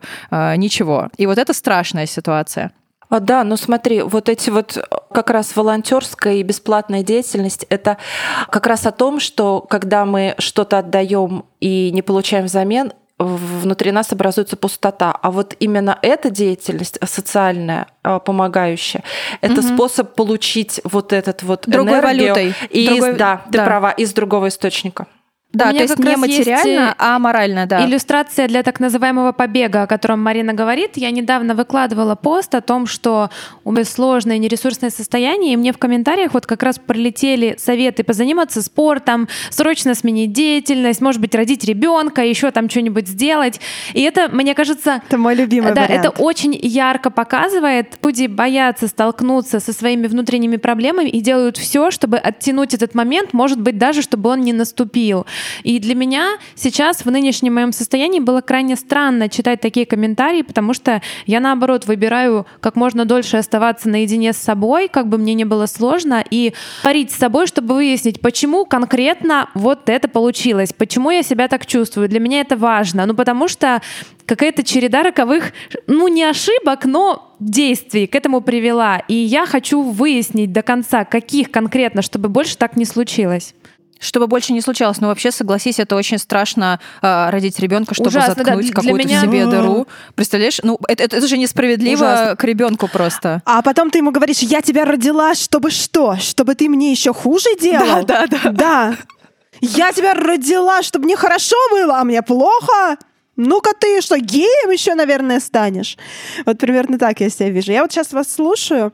ничего. И вот это страшная ситуация. А, да, ну смотри, вот эти вот как раз волонтерская и бесплатная деятельность, это как раз о том, что когда мы что-то отдаем и не получаем взамен, внутри нас образуется пустота. А вот именно эта деятельность социальная, помогающая, это угу. способ получить вот этот вот другой энергию. Валютой. Из, другой... Да, ты да. права, из другого источника. Да, то есть не материально, а морально, да. Иллюстрация для так называемого побега, о котором Марина говорит. Я недавно выкладывала пост о том, что у меня сложное нересурсное состояние, и мне в комментариях вот как раз прилетели советы позаниматься спортом, срочно сменить деятельность, может быть, родить ребенка, еще там что-нибудь сделать. И это, мне кажется... Это мой любимый да, вариант. Это очень ярко показывает. Люди боятся столкнуться со своими внутренними проблемами и делают все, чтобы оттянуть этот момент, может быть, даже чтобы он не наступил. И для меня сейчас в нынешнем моем состоянии было крайне странно читать такие комментарии, потому что я, наоборот, выбираю как можно дольше оставаться наедине с собой, как бы мне не было сложно, и парить с собой, чтобы выяснить, почему конкретно вот это получилось, почему я себя так чувствую. Для меня это важно. Ну, потому что какая-то череда роковых, ну, не ошибок, но действий к этому привела. И я хочу выяснить до конца, каких конкретно, чтобы больше так не случилось. Чтобы больше не случалось. Но вообще, согласись, это очень страшно э, родить ребенка, чтобы Ужасно, заткнуть да, какую-то меня... в себе дыру. Представляешь? Ну, это, это, это же несправедливо Ужасно. К ребенку просто. А потом ты ему говоришь: я тебя родила, чтобы что? Чтобы ты мне еще хуже делал? Да, да, да. Да. Я тебя родила, чтобы мне хорошо было, а мне плохо? Ну-ка ты что, геем еще, наверное, станешь? Вот примерно так я себя вижу. Я вот сейчас вас слушаю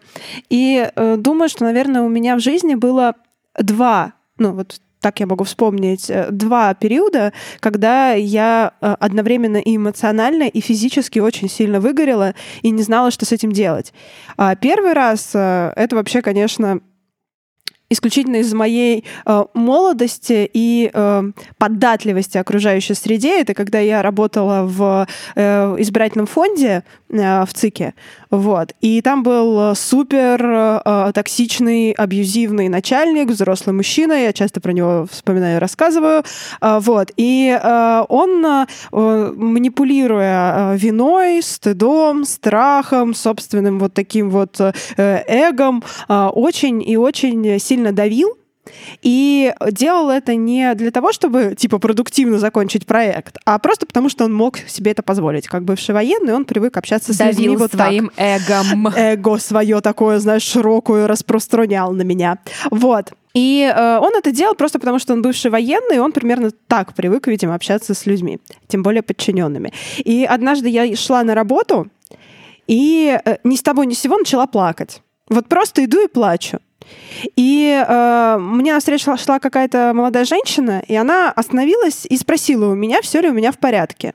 и э, думаю, что, наверное, у меня в жизни было два, ну вот так я могу вспомнить, два периода, когда я одновременно и эмоционально, и физически очень сильно выгорела и не знала, что с этим делать. Первый раз это вообще, конечно, исключительно из моей э, молодости и э, податливости окружающей среде. Это когда я работала в э, избирательном фонде э, в ЦИКе. Вот. И там был супер э, токсичный, абьюзивный начальник, взрослый мужчина. Я часто про него вспоминаю и рассказываю. Э, вот. И э, он, э, манипулируя э, виной, стыдом, страхом, собственным вот таким вот э, эгом, э, очень и очень сильно сильно давил, и делал это не для того, чтобы, типа, продуктивно закончить проект, а просто потому, что он мог себе это позволить. Как бывший военный, он привык общаться с давил людьми вот своим так. эгом. Эго свое такое, знаешь, широкое распространял на меня. Вот. И э, он это делал просто потому, что он бывший военный, и он примерно так привык, видимо, общаться с людьми, тем более подчиненными. И однажды я шла на работу, и э, ни с того ни с сего начала плакать. Вот просто иду и плачу. И э, мне навстречу шла какая-то молодая женщина, и она остановилась и спросила у меня, все ли у меня в порядке.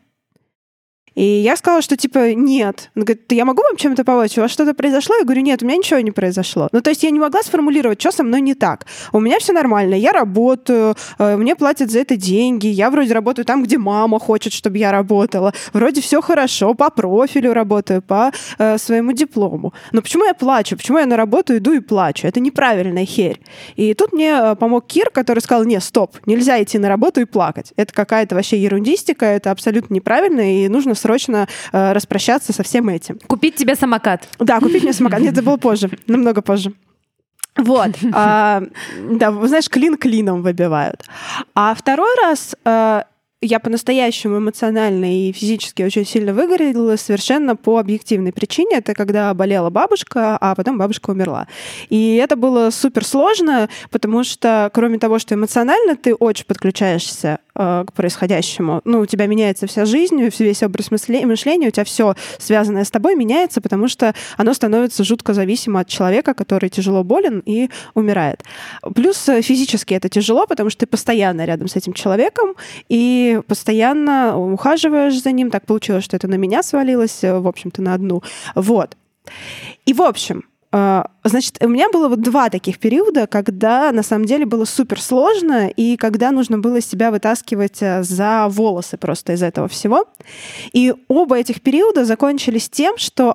И я сказала, что типа нет. Она говорит: я могу вам чем-то помочь? У вас что-то произошло? Я говорю: нет, у меня ничего не произошло. Ну, то есть я не могла сформулировать, что со мной не так. У меня все нормально, я работаю, мне платят за это деньги, я вроде работаю там, где мама хочет, чтобы я работала. Вроде все хорошо, по профилю работаю, по э, своему диплому. Но почему я плачу? Почему я на работу иду и плачу? Это неправильная херь. И тут мне помог Кир, который сказал: нет, стоп, нельзя идти на работу и плакать. Это какая-то вообще ерундистика, это абсолютно неправильно, и нужно срочно э, распрощаться со всем этим. Купить тебе самокат. Да, купить мне самокат. Нет, это было позже, намного позже. Вот. А, да, знаешь, клин клином выбивают. А второй раз а, я по-настоящему эмоционально и физически очень сильно выгорела совершенно по объективной причине. Это когда болела бабушка, а потом бабушка умерла. И это было супер сложно, потому что, кроме того, что эмоционально ты очень подключаешься э, к происходящему, ну, у тебя меняется вся жизнь, весь образ мышления, у тебя все связанное с тобой меняется, потому что оно становится жутко зависимо от человека, который тяжело болен и умирает. Плюс физически это тяжело, потому что ты постоянно рядом с этим человеком, и постоянно ухаживаешь за ним. Так получилось, что это на меня свалилось, в общем-то, на одну. Вот. И, в общем, значит, у меня было вот два таких периода, когда на самом деле было супер сложно, и когда нужно было себя вытаскивать за волосы просто из этого всего. И оба этих периода закончились тем, что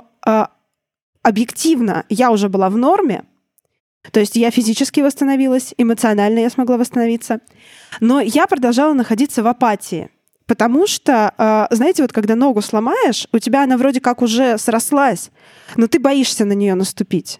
объективно я уже была в норме, то есть я физически восстановилась, эмоционально я смогла восстановиться, но я продолжала находиться в апатии, потому что, знаете, вот когда ногу сломаешь, у тебя она вроде как уже срослась, но ты боишься на нее наступить.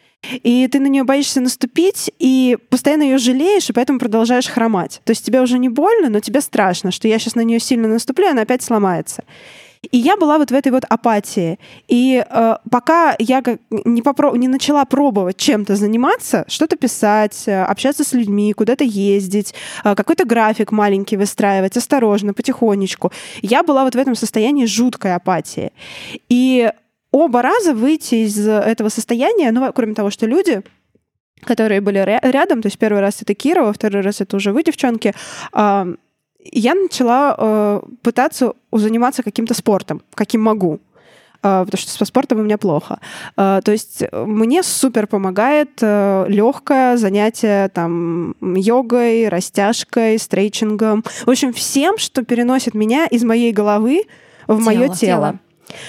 И ты на нее боишься наступить, и постоянно ее жалеешь, и поэтому продолжаешь хромать. То есть тебе уже не больно, но тебе страшно, что я сейчас на нее сильно наступлю, и она опять сломается. И я была вот в этой вот апатии. И э, пока я не, попро- не начала пробовать чем-то заниматься, что-то писать, общаться с людьми, куда-то ездить, э, какой-то график маленький выстраивать, осторожно, потихонечку, я была вот в этом состоянии жуткой апатии. И оба раза выйти из этого состояния, ну, кроме того, что люди, которые были ря- рядом, то есть первый раз это Кира, второй раз это уже вы, девчонки, э, я начала э, пытаться заниматься каким-то спортом, каким могу, э, потому что со спортом у меня плохо. Э, то есть мне супер помогает э, легкое занятие там, йогой, растяжкой, стрейчингом. В общем, всем, что переносит меня из моей головы в мое тело. тело.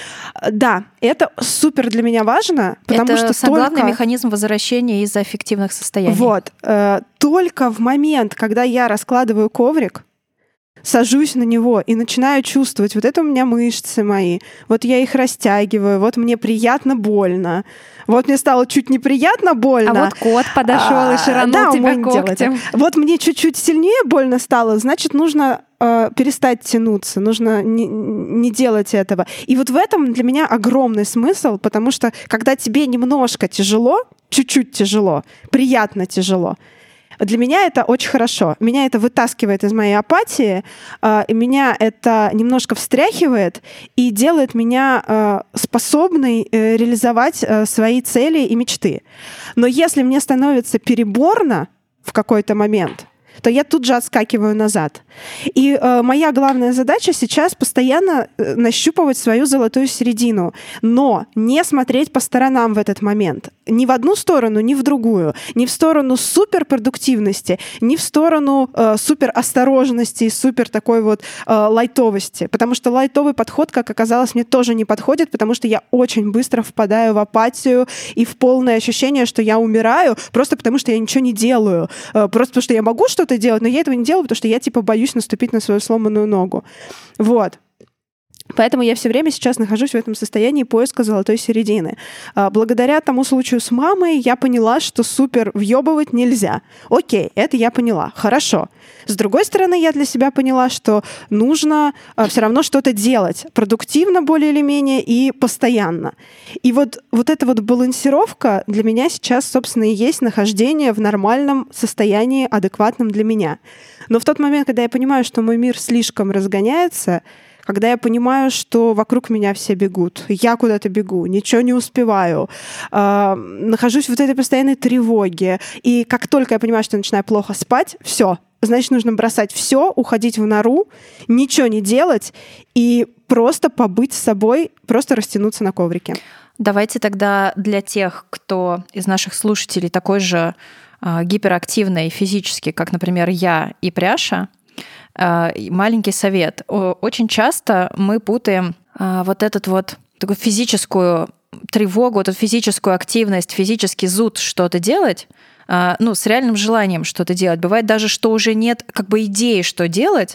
Да, это супер для меня важно, потому это что главный только... механизм возвращения из аффективных состояний. Вот. Э, только в момент, когда я раскладываю коврик, сажусь на него и начинаю чувствовать, вот это у меня мышцы мои, вот я их растягиваю, вот мне приятно больно, вот мне стало чуть неприятно больно. А вот кот подошел а, и ширанул да, тебя когтем. Вот мне чуть-чуть сильнее больно стало, значит, нужно э, перестать тянуться, нужно не, не делать этого. И вот в этом для меня огромный смысл, потому что когда тебе немножко тяжело, чуть-чуть тяжело, приятно тяжело, для меня это очень хорошо. Меня это вытаскивает из моей апатии, э, и меня это немножко встряхивает и делает меня э, способной э, реализовать э, свои цели и мечты. Но если мне становится переборно в какой-то момент, то я тут же отскакиваю назад. И э, моя главная задача сейчас постоянно э, нащупывать свою золотую середину, но не смотреть по сторонам в этот момент. Ни в одну сторону, ни в другую. Ни в сторону суперпродуктивности, ни в сторону э, суперосторожности и супер такой вот э, лайтовости. Потому что лайтовый подход, как оказалось, мне тоже не подходит, потому что я очень быстро впадаю в апатию и в полное ощущение, что я умираю, просто потому что я ничего не делаю. Э, просто потому что я могу что-то делать, но я этого не делаю, потому что я типа боюсь наступить на свою сломанную ногу. Вот. Поэтому я все время сейчас нахожусь в этом состоянии поиска золотой середины. Благодаря тому случаю с мамой я поняла, что супер въебывать нельзя. Окей, это я поняла. Хорошо. С другой стороны, я для себя поняла, что нужно все равно что-то делать. Продуктивно более или менее и постоянно. И вот, вот эта вот балансировка для меня сейчас, собственно, и есть нахождение в нормальном состоянии, адекватном для меня. Но в тот момент, когда я понимаю, что мой мир слишком разгоняется, когда я понимаю, что вокруг меня все бегут, я куда-то бегу, ничего не успеваю, э, нахожусь в вот этой постоянной тревоге, и как только я понимаю, что я начинаю плохо спать, все, значит, нужно бросать все, уходить в нору, ничего не делать и просто побыть с собой, просто растянуться на коврике. Давайте тогда для тех, кто из наших слушателей такой же э, гиперактивный физически, как, например, я и Пряша, маленький совет. Очень часто мы путаем вот эту вот такую физическую тревогу, вот эту физическую активность, физический зуд что-то делать, ну, с реальным желанием что-то делать. Бывает даже, что уже нет как бы идеи, что делать,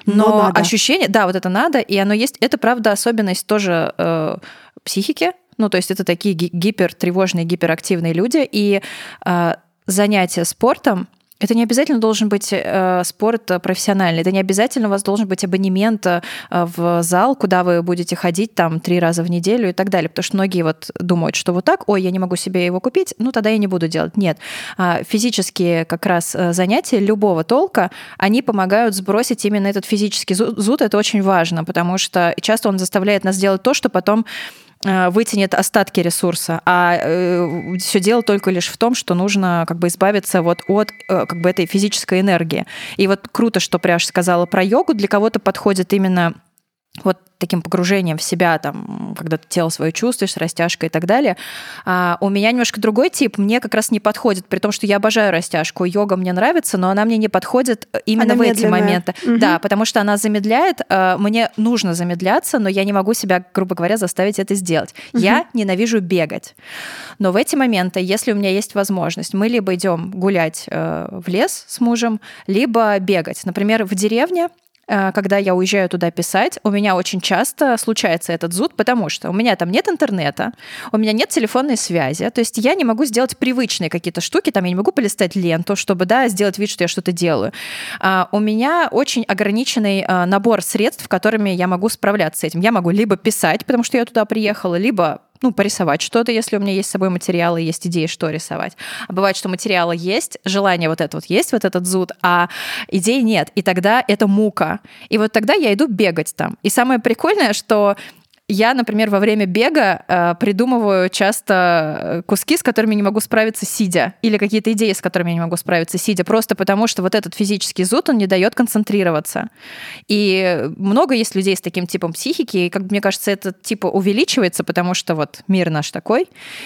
Но, Но надо. ощущение, да, вот это надо, и оно есть. Это, правда, особенность тоже э, психики. Ну, то есть это такие ги- гипертревожные, гиперактивные люди. И э, занятия спортом, это не обязательно должен быть э, спорт профессиональный, это не обязательно у вас должен быть абонемент э, в зал, куда вы будете ходить там три раза в неделю и так далее. Потому что многие вот думают, что вот так, ой, я не могу себе его купить, ну тогда я не буду делать. Нет. А физические как раз занятия любого толка, они помогают сбросить именно этот физический зуд. Это очень важно, потому что часто он заставляет нас делать то, что потом вытянет остатки ресурса, а э, все дело только лишь в том, что нужно как бы избавиться вот от э, как бы этой физической энергии. И вот круто, что Пряж сказала про йогу. Для кого-то подходит именно вот таким погружением в себя, там, когда ты тело свое чувствуешь, с растяжкой и так далее. А у меня немножко другой тип, мне как раз не подходит, при том, что я обожаю растяжку, йога мне нравится, но она мне не подходит именно она в медленная. эти моменты. Угу. Да, потому что она замедляет, мне нужно замедляться, но я не могу себя, грубо говоря, заставить это сделать. Угу. Я ненавижу бегать. Но в эти моменты, если у меня есть возможность, мы либо идем гулять в лес с мужем, либо бегать. Например, в деревне, когда я уезжаю туда писать, у меня очень часто случается этот зуд, потому что у меня там нет интернета, у меня нет телефонной связи, то есть я не могу сделать привычные какие-то штуки, там я не могу полистать ленту, чтобы, да, сделать вид, что я что-то делаю. А, у меня очень ограниченный а, набор средств, которыми я могу справляться с этим. Я могу либо писать, потому что я туда приехала, либо ну, порисовать что-то, если у меня есть с собой материалы, есть идеи, что рисовать. А бывает, что материала есть, желание вот это вот есть, вот этот зуд, а идей нет. И тогда это мука. И вот тогда я иду бегать там. И самое прикольное, что я, например, во время бега э, придумываю часто куски, с которыми не могу справиться сидя, или какие-то идеи, с которыми я не могу справиться сидя, просто потому что вот этот физический зуд, он не дает концентрироваться. И много есть людей с таким типом психики, и, как мне кажется, этот тип увеличивается, потому что вот мир наш такой,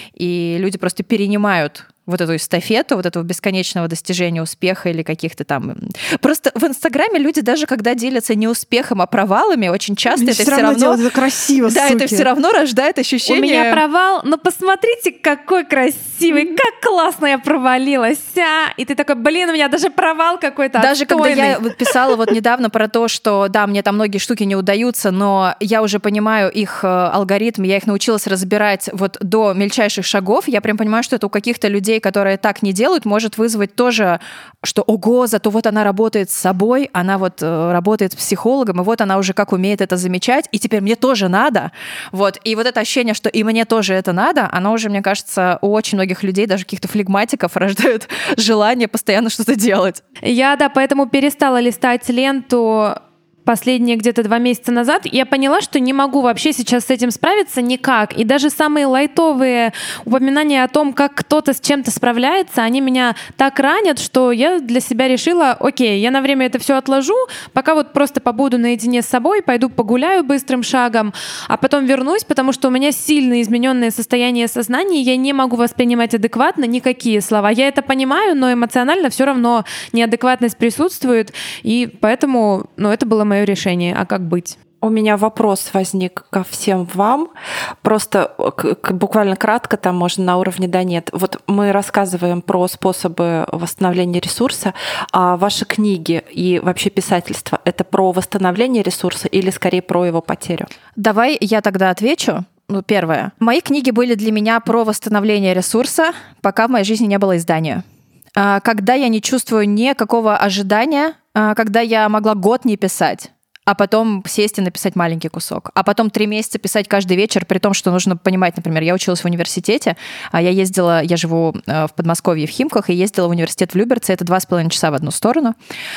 и люди просто перенимают вот эту эстафету, вот этого бесконечного достижения успеха или каких-то там... Просто в Инстаграме люди даже когда делятся не успехом, а провалами, очень часто Они это все все равно... равно... Это красиво, Да, суки. это все равно рождает ощущение... У меня провал, но посмотрите, какой красивый, как классно я провалилась. А, и ты такой, блин, у меня даже провал какой-то Даже отстойный. когда я писала вот недавно про то, что да, мне там многие штуки не удаются, но я уже понимаю их алгоритм, я их научилась разбирать вот до мельчайших шагов, я прям понимаю, что это у каких-то людей, которые так не делают, может вызвать тоже, что ого, зато вот она работает с собой, она вот э, работает с психологом, и вот она уже как умеет это замечать, и теперь мне тоже надо. Вот. И вот это ощущение, что и мне тоже это надо, оно уже, мне кажется, у очень многих людей, даже каких-то флегматиков, рождает желание постоянно что-то делать. Я, да, поэтому перестала листать ленту последние где-то два месяца назад, я поняла, что не могу вообще сейчас с этим справиться никак. И даже самые лайтовые упоминания о том, как кто-то с чем-то справляется, они меня так ранят, что я для себя решила, окей, я на время это все отложу, пока вот просто побуду наедине с собой, пойду погуляю быстрым шагом, а потом вернусь, потому что у меня сильно измененное состояние сознания, я не могу воспринимать адекватно никакие слова. Я это понимаю, но эмоционально все равно неадекватность присутствует, и поэтому, ну, это было мое решение. А как быть? У меня вопрос возник ко всем вам. Просто буквально кратко, там можно на уровне да нет. Вот мы рассказываем про способы восстановления ресурса, а ваши книги и вообще писательство — это про восстановление ресурса или скорее про его потерю? Давай я тогда отвечу. Ну, первое. Мои книги были для меня про восстановление ресурса, пока в моей жизни не было издания. Когда я не чувствую никакого ожидания, когда я могла год не писать, а потом сесть и написать маленький кусок, а потом три месяца писать каждый вечер, при том, что нужно понимать, например, я училась в университете, я ездила, я живу в Подмосковье в Химках, и ездила в университет в Люберце, это два с половиной часа в одну сторону.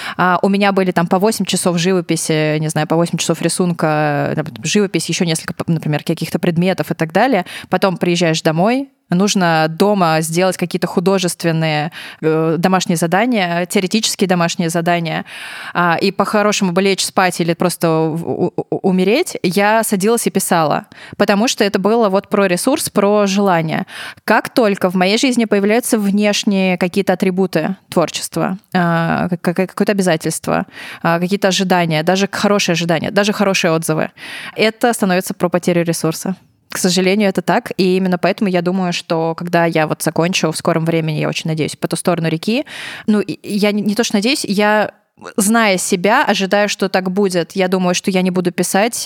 У меня были там по восемь часов живописи, не знаю, по восемь часов рисунка, живопись, еще несколько, например, каких-то предметов и так далее. Потом приезжаешь домой, нужно дома сделать какие-то художественные э, домашние задания, теоретические домашние задания, э, и по-хорошему бы лечь спать или просто у- у- умереть, я садилась и писала, потому что это было вот про ресурс, про желание. Как только в моей жизни появляются внешние какие-то атрибуты творчества, э, какое-то обязательство, э, какие-то ожидания, даже хорошие ожидания, даже хорошие отзывы, это становится про потерю ресурса. К сожалению, это так, и именно поэтому я думаю, что когда я вот закончу в скором времени, я очень надеюсь, по ту сторону реки, ну, я не, не то что надеюсь, я зная себя, ожидаю, что так будет. Я думаю, что я не буду писать...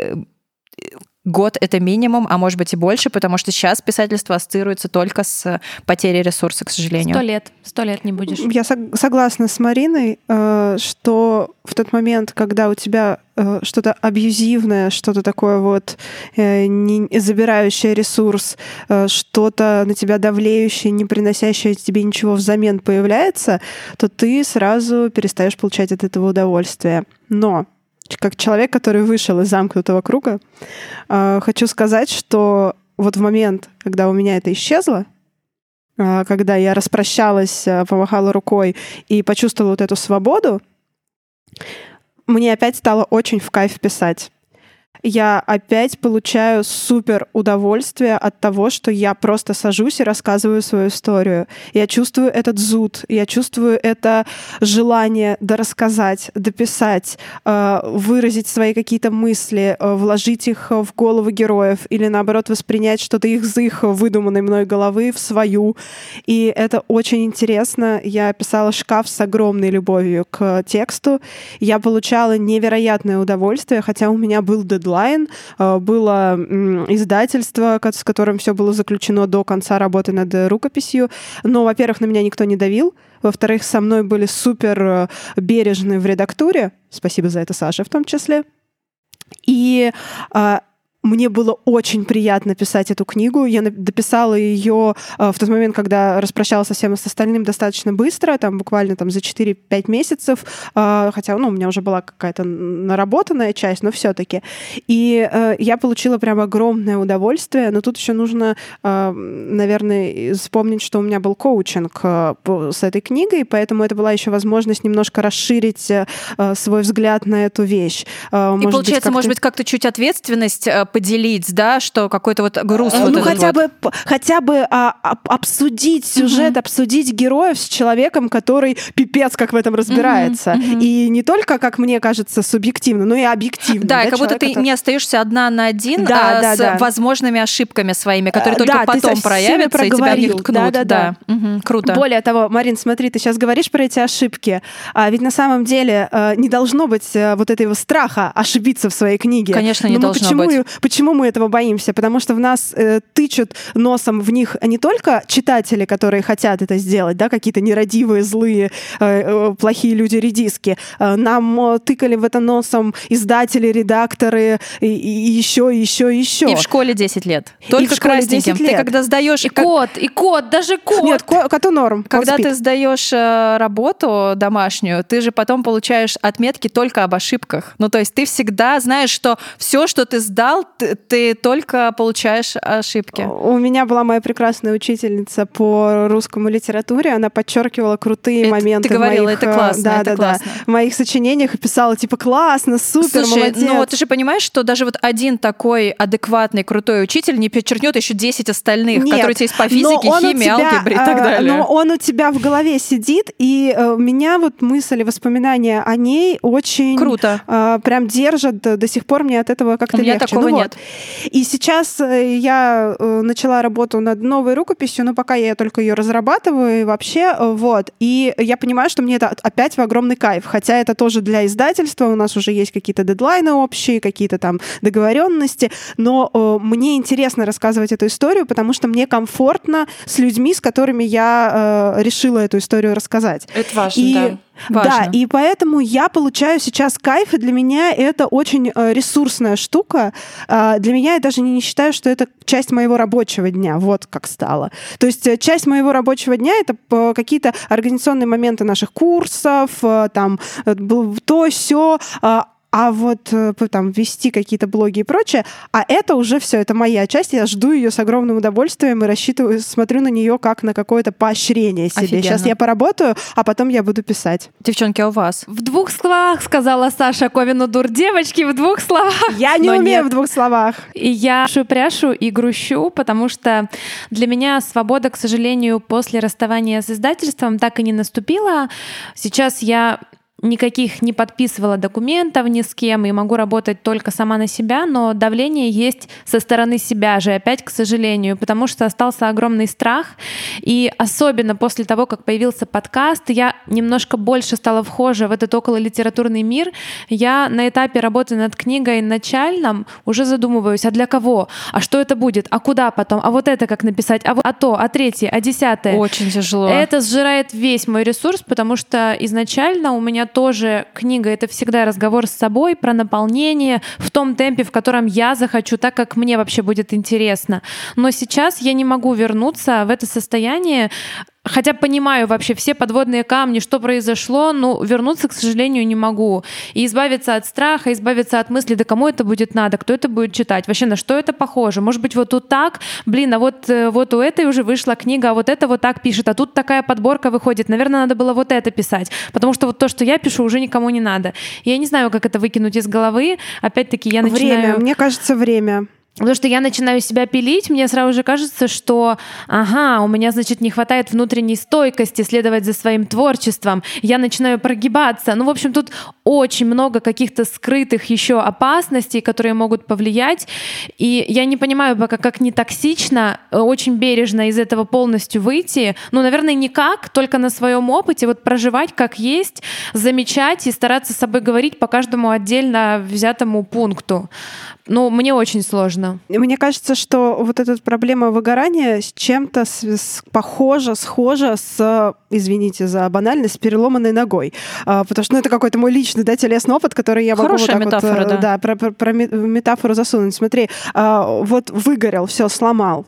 Год — это минимум, а может быть и больше, потому что сейчас писательство ассоциируется только с потерей ресурса, к сожалению. Сто лет. Сто лет не будешь. Я согласна с Мариной, что в тот момент, когда у тебя что-то абьюзивное, что-то такое вот не забирающее ресурс, что-то на тебя давлеющее, не приносящее тебе ничего взамен появляется, то ты сразу перестаешь получать от этого удовольствие. Но как человек, который вышел из замкнутого круга, э, хочу сказать, что вот в момент, когда у меня это исчезло, э, когда я распрощалась, э, помахала рукой и почувствовала вот эту свободу, мне опять стало очень в кайф писать. Я опять получаю супер удовольствие от того, что я просто сажусь и рассказываю свою историю. Я чувствую этот зуд, я чувствую это желание дорассказать, дописать, выразить свои какие-то мысли, вложить их в головы героев или, наоборот, воспринять что-то из их выдуманной мной головы в свою. И это очень интересно. Я писала шкаф с огромной любовью к тексту. Я получала невероятное удовольствие, хотя у меня был дедлайн, было издательство, с которым все было заключено до конца работы над рукописью. Но, во-первых, на меня никто не давил. Во-вторых, со мной были супер бережны в редактуре. Спасибо за это, Саша, в том числе. И мне было очень приятно писать эту книгу. Я дописала ее в тот момент, когда распрощалась со всем с остальным достаточно быстро, там буквально там, за четыре-пять месяцев, хотя ну, у меня уже была какая-то наработанная часть, но все-таки. И я получила прям огромное удовольствие, но тут еще нужно, наверное, вспомнить, что у меня был коучинг с этой книгой, поэтому это была еще возможность немножко расширить свой взгляд на эту вещь. Может И получается, быть, может быть, как-то чуть ответственность поделить, да, что какой-то вот груз. Ну, вот хотя, вот. бы, хотя бы а, обсудить сюжет, uh-huh. обсудить героев с человеком, который пипец как в этом разбирается. Uh-huh. Uh-huh. И не только, как мне кажется, субъективно, но и объективно. Да, да и как будто ты который... не остаешься одна на один да, а да, с да. возможными ошибками своими, которые только да, потом проявятся и тебя в них ткнут. Да, да, да. Да. Угу. Круто. Более того, Марин, смотри, ты сейчас говоришь про эти ошибки, а ведь на самом деле не должно быть вот этого страха ошибиться в своей книге. Конечно, не но должно почему, быть. Почему мы этого боимся? Потому что в нас э, тычут носом в них не только читатели, которые хотят это сделать, да, какие-то нерадивые, злые, э, э, плохие люди-редиски. Э, нам э, тыкали в это носом издатели, редакторы и, и еще, и еще, и еще. И в школе десять лет. Только красненьким. Ты когда сдаешь... И как... код, и код, даже код. Нет, коту норм. Когда ты сдаешь э, работу домашнюю, ты же потом получаешь отметки только об ошибках. Ну, то есть ты всегда знаешь, что все, что ты сдал, ты, ты только получаешь ошибки. У меня была моя прекрасная учительница по русскому литературе. Она подчеркивала крутые это, моменты ты говорила, в моих, это классно, да, это да, классно. Да, в моих сочинениях и писала типа классно, супер, Слушай, молодец. Ну, ты же понимаешь, что даже вот один такой адекватный, крутой учитель не подчеркнет еще десять остальных, Нет, которые у тебя есть по физике, химии, тебя, алгебре и так далее. Но он у тебя в голове сидит, и у меня вот мысль и воспоминания о ней очень... Круто. Прям держат до сих пор, мне от этого как-то легче. У меня легче. такого ну, нет. Вот. И сейчас я начала работу над новой рукописью, но пока я только ее разрабатываю и вообще, вот. И я понимаю, что мне это опять в огромный кайф, хотя это тоже для издательства, у нас уже есть какие-то дедлайны общие, какие-то там договоренности, но э, мне интересно рассказывать эту историю, потому что мне комфортно с людьми, с которыми я э, решила эту историю рассказать. Это важно, и, да. Важно. Да, и поэтому я получаю сейчас кайф, и для меня это очень э, ресурсная штука. Э, для меня я даже не считаю, что это часть моего рабочего дня, вот как стало. То есть э, часть моего рабочего дня — это э, какие-то организационные моменты наших курсов, э, там, э, то, сё, э, а вот там вести какие-то блоги и прочее, а это уже все, это моя часть, я жду ее с огромным удовольствием и рассчитываю, смотрю на нее как на какое-то поощрение себе. Офигенно. Сейчас я поработаю, а потом я буду писать. Девчонки, а у вас? В двух словах сказала Саша Ковину-Дур. Девочки, в двух словах. Я не Но умею нет. в двух словах. И я пряшу и грущу, потому что для меня свобода, к сожалению, после расставания с издательством так и не наступила. Сейчас я никаких не подписывала документов ни с кем и могу работать только сама на себя, но давление есть со стороны себя же, опять, к сожалению, потому что остался огромный страх. И особенно после того, как появился подкаст, я немножко больше стала вхожа в этот окололитературный мир. Я на этапе работы над книгой начальном уже задумываюсь, а для кого? А что это будет? А куда потом? А вот это как написать? А, вот, а то? А третье? А десятое? Очень тяжело. Это сжирает весь мой ресурс, потому что изначально у меня тоже книга — это всегда разговор с собой про наполнение в том темпе, в котором я захочу, так как мне вообще будет интересно. Но сейчас я не могу вернуться в это состояние, хотя понимаю вообще все подводные камни, что произошло, но вернуться, к сожалению, не могу. И избавиться от страха, избавиться от мысли, да кому это будет надо, кто это будет читать, вообще на что это похоже. Может быть, вот тут так, блин, а вот, вот у этой уже вышла книга, а вот это вот так пишет, а тут такая подборка выходит. Наверное, надо было вот это писать, потому что вот то, что я пишу, уже никому не надо. Я не знаю, как это выкинуть из головы. Опять-таки, я начинаю... Время, мне кажется, время. Потому что я начинаю себя пилить, мне сразу же кажется, что ага, у меня, значит, не хватает внутренней стойкости следовать за своим творчеством. Я начинаю прогибаться. Ну, в общем, тут очень много каких-то скрытых еще опасностей, которые могут повлиять. И я не понимаю пока, как не токсично, очень бережно из этого полностью выйти. Ну, наверное, никак, только на своем опыте вот проживать как есть, замечать и стараться с собой говорить по каждому отдельно взятому пункту. Ну, мне очень сложно. Мне кажется, что вот эта проблема выгорания с чем-то с, с, похожа, схожа с, извините за банальность, с переломанной ногой. А, потому что ну, это какой-то мой личный, да, телесный опыт, который я могу вот так метафора, вот, да. да, про, про, про метафору засунуть. Смотри, а, вот выгорел, все сломал.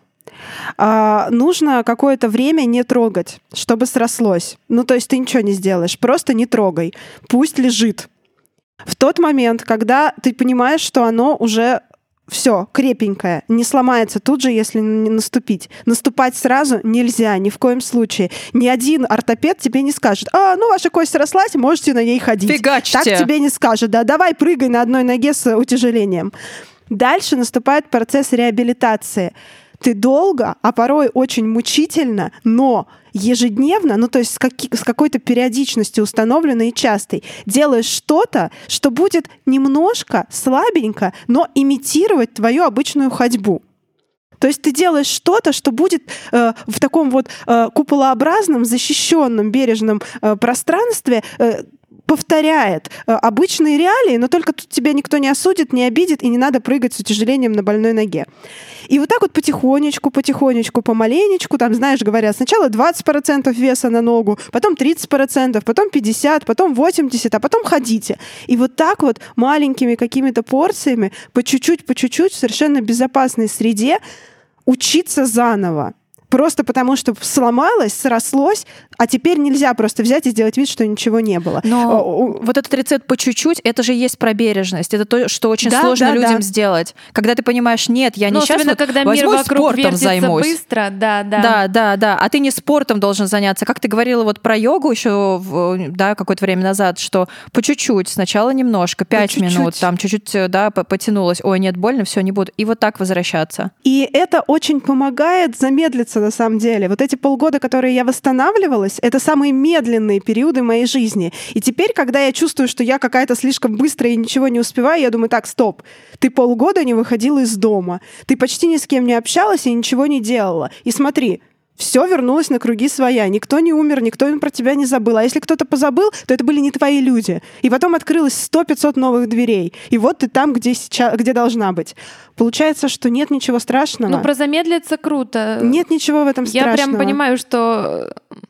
А, нужно какое-то время не трогать, чтобы срослось. Ну, то есть ты ничего не сделаешь, просто не трогай. Пусть лежит. В тот момент, когда ты понимаешь, что оно уже все крепенькое, не сломается тут же, если не наступить. Наступать сразу нельзя, ни в коем случае. Ни один ортопед тебе не скажет: а, ну, ваша кость срослась, можете на ней ходить. Фигачьте. Так тебе не скажет. Да, давай прыгай на одной ноге с утяжелением. Дальше наступает процесс реабилитации. Ты долго, а порой очень мучительно, но ежедневно, ну то есть с, каки- с какой-то периодичностью установленной и частой, делаешь что-то, что будет немножко слабенько, но имитировать твою обычную ходьбу. То есть ты делаешь что-то, что будет э, в таком вот э, куполообразном, защищенном, бережном э, пространстве, э, повторяет э, обычные реалии, но только тут тебя никто не осудит, не обидит, и не надо прыгать с утяжелением на больной ноге. И вот так вот потихонечку, потихонечку, помаленечку, там, знаешь, говорят, сначала двадцать процентов веса на ногу, потом тридцать процентов, потом пятьдесят процентов, потом восемьдесят процентов, а потом ходите. И вот так вот маленькими какими-то порциями, по чуть-чуть, по чуть-чуть, в совершенно безопасной среде учиться заново. Просто потому, что сломалось, срослось, а теперь нельзя просто взять и сделать вид, что ничего не было. Но О, вот этот рецепт по чуть-чуть, это же есть про бережность. Это то, что очень да, сложно да, людям да. сделать. Когда ты понимаешь, нет, я не сейчас особенно, вот когда возьму мир вокруг спортом вертится займусь. Быстро, да, да. Да, да, да. А ты не спортом должен заняться. Как ты говорила вот про йогу еще, да, какое-то время назад, что по чуть-чуть, сначала немножко, пять минут, там чуть-чуть, да, потянулось. Ой, нет, больно, все, не буду. И вот так возвращаться. И это очень помогает замедлиться на самом деле. Вот эти полгода, которые я восстанавливалась, это самые медленные периоды моей жизни. И теперь, когда я чувствую, что я какая-то слишком быстрая и ничего не успеваю, я думаю: так, стоп, ты полгода не выходила из дома, ты почти ни с кем не общалась и ничего не делала. И смотри, все вернулось на круги своя. Никто не умер, никто про тебя не забыл. А если кто-то позабыл, то это были не твои люди. И потом открылось сто-пятьсот новых дверей. И вот ты там, где, сейчас, где должна быть. Получается, что нет ничего страшного. Ну, про замедлиться круто. Нет ничего в этом страшного. Я прям понимаю, что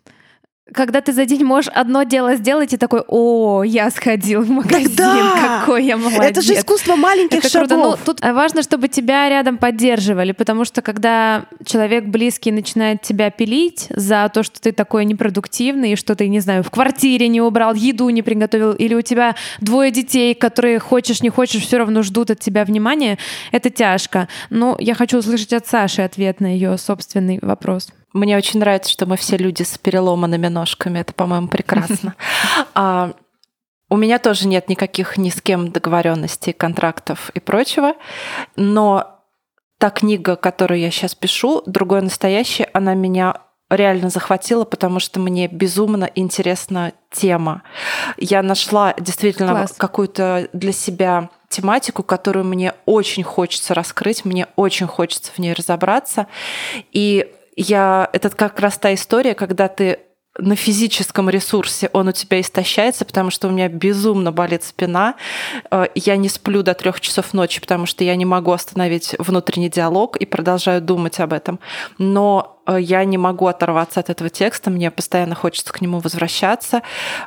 когда ты за день можешь одно дело сделать и такой: о, я сходил в магазин, да! Какой я молодец. Это же искусство маленьких это шагов. Круто. Ну, тут важно, чтобы тебя рядом поддерживали, потому что когда человек близкий начинает тебя пилить за то, что ты такой непродуктивный, и что ты, не знаю, в квартире не убрал, еду не приготовил, или у тебя двое детей, которые хочешь, не хочешь, все равно ждут от тебя внимания, это тяжко. Но я хочу услышать от Саши ответ на ее собственный вопрос. Мне очень нравится, что мы все люди с переломанными ножками. Это, по-моему, прекрасно. А, у меня тоже нет никаких ни с кем договоренностей, контрактов и прочего. Но та книга, которую я сейчас пишу, «Другое настоящее», она меня реально захватила, потому что мне безумно интересна тема. Я нашла действительно Класс. какую-то для себя тематику, которую мне очень хочется раскрыть, мне очень хочется в ней разобраться. И я... это как раз та история, когда ты на физическом ресурсе он у тебя истощается, потому что у меня безумно болит спина. Я не сплю до трех часов ночи, потому что я не могу остановить внутренний диалог и продолжаю думать об этом. Но я не могу оторваться от этого текста, мне постоянно хочется к нему возвращаться.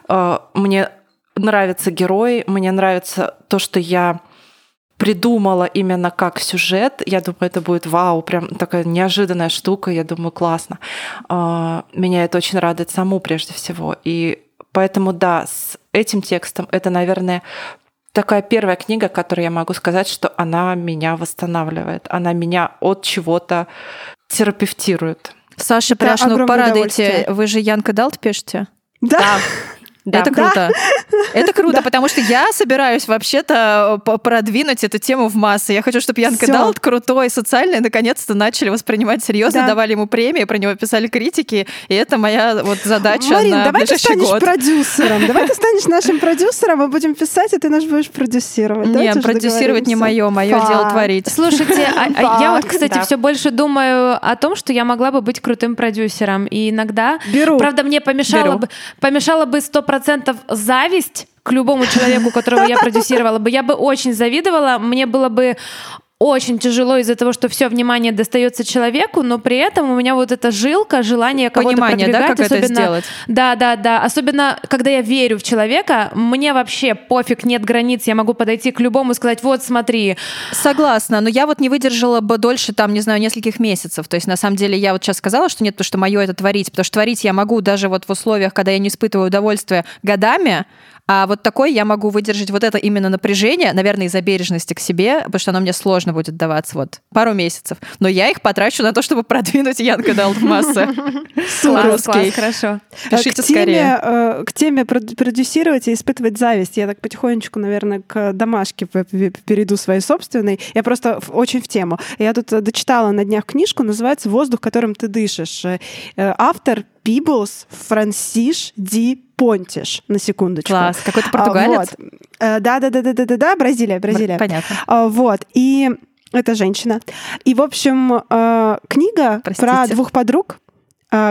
Мне нравятся герои, мне нравится то, что я придумала именно как сюжет. Я думаю, это будет вау, прям такая неожиданная штука. Я думаю, классно. Меня это очень радует саму прежде всего. И поэтому, да, с этим текстом это, наверное, такая первая книга, которой я могу сказать, что она меня восстанавливает. Она меня от чего-то терапевтирует. Саша Это Пряшину огромное порадуйте. удовольствие. Вы же Янка Далт пишете? Да. Да. Это круто. Это круто, потому что я собираюсь вообще-то продвинуть эту тему в массы. Я хочу, чтобы Янка Всё. Далт крутой, социальный, наконец-то начали воспринимать серьезно, Да. давали ему премии, про него писали критики, и это моя вот задача Марин, на давай ты ближайший станешь год. продюсером. Давай ты станешь нашим продюсером, мы будем писать, и ты нас будешь продюсировать. Нет, Давайте уже продюсировать не договоримся. мое, мое Фак. дело творить. Слушайте, а- а я вот, Фак, кстати, да. все больше думаю о том, что я могла бы быть крутым продюсером. И иногда, Беру. правда, мне помешало Беру. бы, помешала бы сто процентов зависть к любому человеку, которого я продюсировала бы. Я бы очень завидовала, мне было бы очень тяжело из-за того, что все внимание достается человеку, но при этом у меня вот эта жилка, желание кого-то Понимание, да, продвигать, как это особенно, сделать? Да, да, да. Особенно, когда я верю в человека, мне вообще пофиг, нет границ, я могу подойти к любому и сказать, вот, смотри. Согласна, но я вот не выдержала бы дольше, там, не знаю, нескольких месяцев. То есть, на самом деле, я вот сейчас сказала, что нет, потому что мое это творить, потому что творить я могу даже вот в условиях, когда я не испытываю удовольствия годами, а вот такой я могу выдержать вот это именно напряжение, наверное, из-за бережности к себе, потому что оно мне сложно будет даваться вот пару месяцев. Но я их потрачу на то, чтобы продвинуть Янка Далт в массы. Класс, класс, хорошо. Пишите к теме, скорее. э, к теме прод- продюсировать и испытывать зависть. Я так потихонечку, наверное, к домашке п- п- перейду своей собственной. Я просто в- очень в тему. Я тут э, дочитала на днях книжку, называется «Воздух, которым ты дышишь». Э, Автор Пиблс Франсиш Ди Понтиш, на секундочку. Класс. Какой-то А, португалец? вот. Э, Да-да-да-да-да-да, Бразилия, Бразилия. Понятно. А, Вот, и это женщина. И, в общем, э, книга Простите. про двух подруг, э,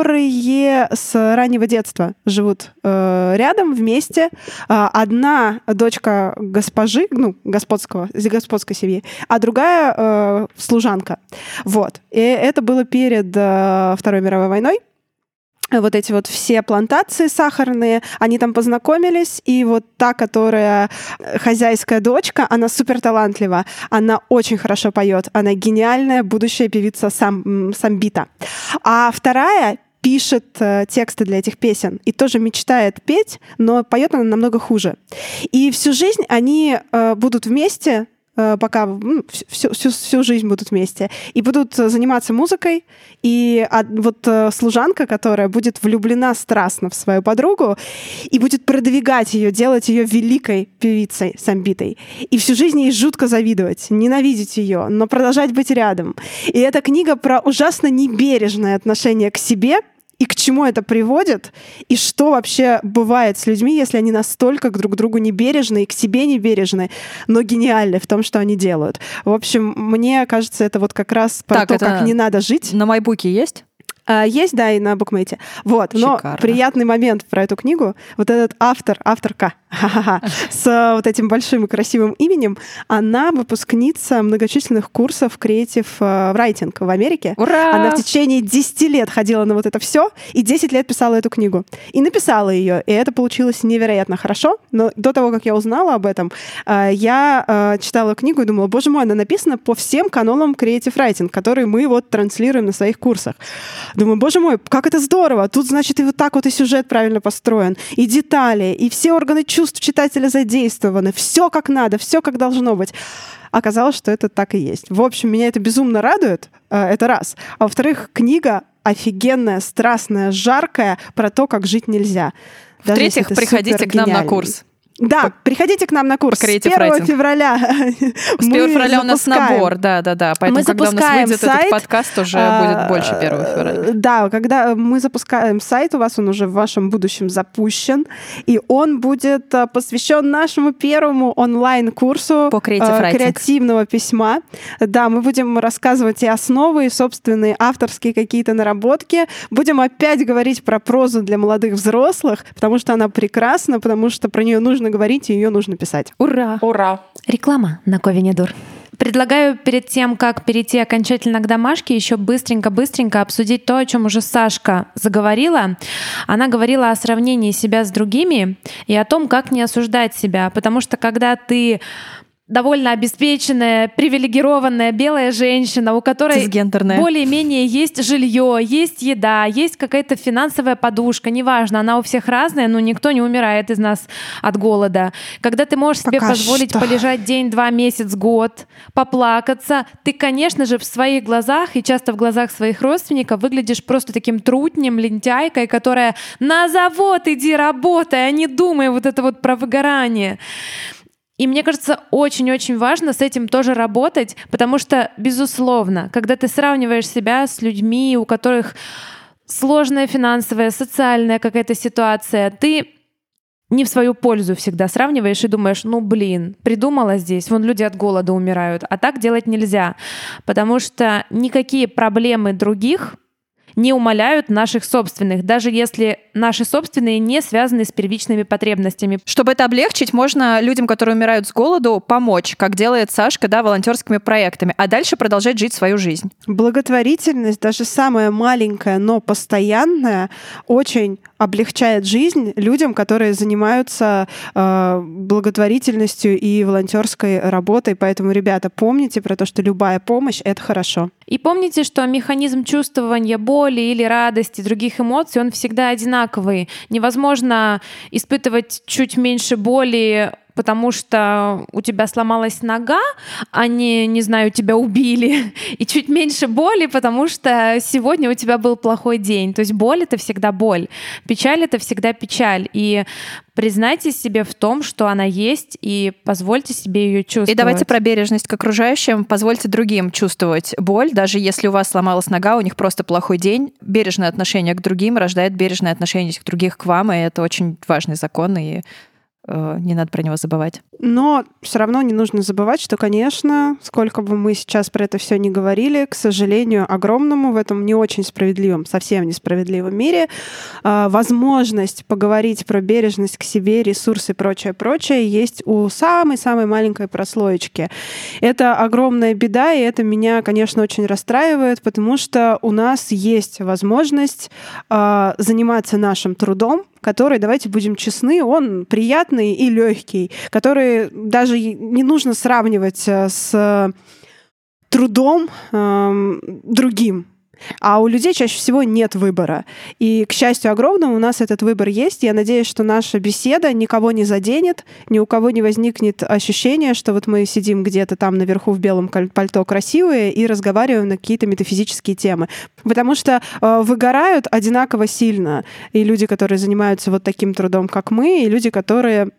которые с раннего детства живут э, рядом, вместе. Э, Одна дочка госпожи, ну, господского, из господской семьи, а другая э, служанка. Вот. И это было перед э, Второй мировой войной. Вот эти вот все плантации сахарные, они там познакомились, и вот та, которая хозяйская дочка, она супер талантлива, она очень хорошо поет, она гениальная будущая певица сам, самбита. А вторая пишет э, тексты для этих песен и тоже мечтает петь, но поет она намного хуже. И всю жизнь они э, будут вместе, пока ну, всю, всю, всю жизнь будут вместе, и будут заниматься музыкой. И вот служанка, которая будет влюблена страстно в свою подругу и будет продвигать ее, делать ее великой певицей самбитой. И всю жизнь ей жутко завидовать, ненавидеть ее, но продолжать быть рядом. И эта книга про ужасно небережное отношение к себе, и к чему это приводит, и что вообще бывает с людьми, если они настолько друг к другу небережны и к себе небережны, но гениальны в том, что они делают. В общем, мне кажется, это вот как раз про Так, то, это как не надо жить. На майбуке есть? А, Есть, да, и на букмейте. Вот. Но Шикарно. приятный момент про эту книгу. Вот этот автор, авторка, ха-ха-ха, с вот этим большим и красивым именем, она выпускница многочисленных курсов Creative Writing в Америке. Ура! Она в течение десяти лет ходила на вот это все и десять лет писала эту книгу. И написала ее. И это получилось невероятно хорошо. Но до того, как я узнала об этом, я читала книгу и думала, боже мой, она написана по всем канонам Creative Writing, которые мы вот транслируем на своих курсах. Думаю, боже мой, как это здорово! Тут, значит, и вот так вот и сюжет правильно построен, и детали, и все органы чувств читателя задействованы, все как надо, все как должно быть. Оказалось, что это так и есть. В общем, меня это безумно радует, это раз. А во-вторых, книга офигенная, страстная, жаркая, про то, как жить нельзя. В-третьих, приходите к нам на курс. Да, приходите к нам на курс. С первого февраля. С первого февраля у нас набор, да-да-да. Поэтому, мы когда у нас выйдет сайт, этот подкаст, уже а, будет больше первого февраля. Да, когда мы запускаем сайт, у вас он уже в вашем будущем запущен, и он будет посвящен нашему первому онлайн-курсу по креативного письма. Да, мы будем рассказывать и основы, и собственные авторские какие-то наработки. Будем опять говорить про прозу для молодых взрослых, потому что она прекрасна, потому что про нее нужно говорить, и ее нужно писать. Ура! Ура! Реклама на Ковенедур. Предлагаю перед тем, как перейти окончательно к домашке, еще быстренько-быстренько обсудить то, о чем уже Сашка заговорила. Она говорила о сравнении себя с другими и о том, как не осуждать себя. Потому что когда ты довольно обеспеченная, привилегированная белая женщина, у которой более-менее есть жилье, есть еда, есть какая-то финансовая подушка, неважно, она у всех разная, но никто не умирает из нас от голода. Когда ты можешь себе Пока позволить что. полежать день, два, месяц, год, поплакаться, ты, конечно же, в своих глазах и часто в глазах своих родственников выглядишь просто таким трутнем, лентяйкой, которая «на завод иди работай, а не думай вот это вот про выгорание». И мне кажется, очень-очень важно с этим тоже работать, потому что, безусловно, когда ты сравниваешь себя с людьми, у которых сложная финансовая, социальная какая-то ситуация, ты не в свою пользу всегда сравниваешь и думаешь, ну блин, придумала здесь, вон люди от голода умирают, а так делать нельзя, потому что никакие проблемы других не умаляют наших собственных, даже если наши собственные не связаны с первичными потребностями. Чтобы это облегчить, можно людям, которые умирают с голоду, помочь, как делает Сашка, да, волонтерскими проектами, а дальше продолжать жить свою жизнь. Благотворительность, даже самая маленькая, но постоянная, очень облегчает жизнь людям, которые занимаются э, благотворительностью и волонтерской работой. Поэтому, ребята, помните про то, что любая помощь — это хорошо. И помните, что механизм чувствования боли или радости, других эмоций, он всегда одинаковый. Невозможно испытывать чуть меньше боли, потому что у тебя сломалась нога, а не, не знаю, тебя убили, и чуть меньше боли, потому что сегодня у тебя был плохой день. То есть боль — это всегда боль, печаль — это всегда печаль. И признайтесь себе в том, что она есть, и позвольте себе ее чувствовать. И давайте про бережность к окружающим. Позвольте другим чувствовать боль, даже если у вас сломалась нога, у них просто плохой день. Бережное отношение к другим рождает бережное отношение к других к вам, и это очень важный закон, и не надо про него забывать. Но все равно не нужно забывать, что, конечно, сколько бы мы сейчас про это все не говорили, к сожалению, огромному в этом не очень справедливом, совсем несправедливом мире, возможность поговорить про бережность к себе, ресурсы и прочее, прочее есть у самой-самой маленькой прослоечки. Это огромная беда, и это меня, конечно, очень расстраивает, потому что у нас есть возможность заниматься нашим трудом, который, давайте будем честны, он приятный и легкий, который даже не нужно сравнивать с трудом э, другим. А у людей чаще всего нет выбора. И, к счастью огромному, у нас этот выбор есть. Я надеюсь, что наша беседа никого не заденет, ни у кого не возникнет ощущение, что вот мы сидим где-то там наверху в белом пальто красивые и разговариваем на какие-то метафизические темы. Потому что э, выгорают одинаково сильно и люди, которые занимаются вот таким трудом, как мы, и люди, которые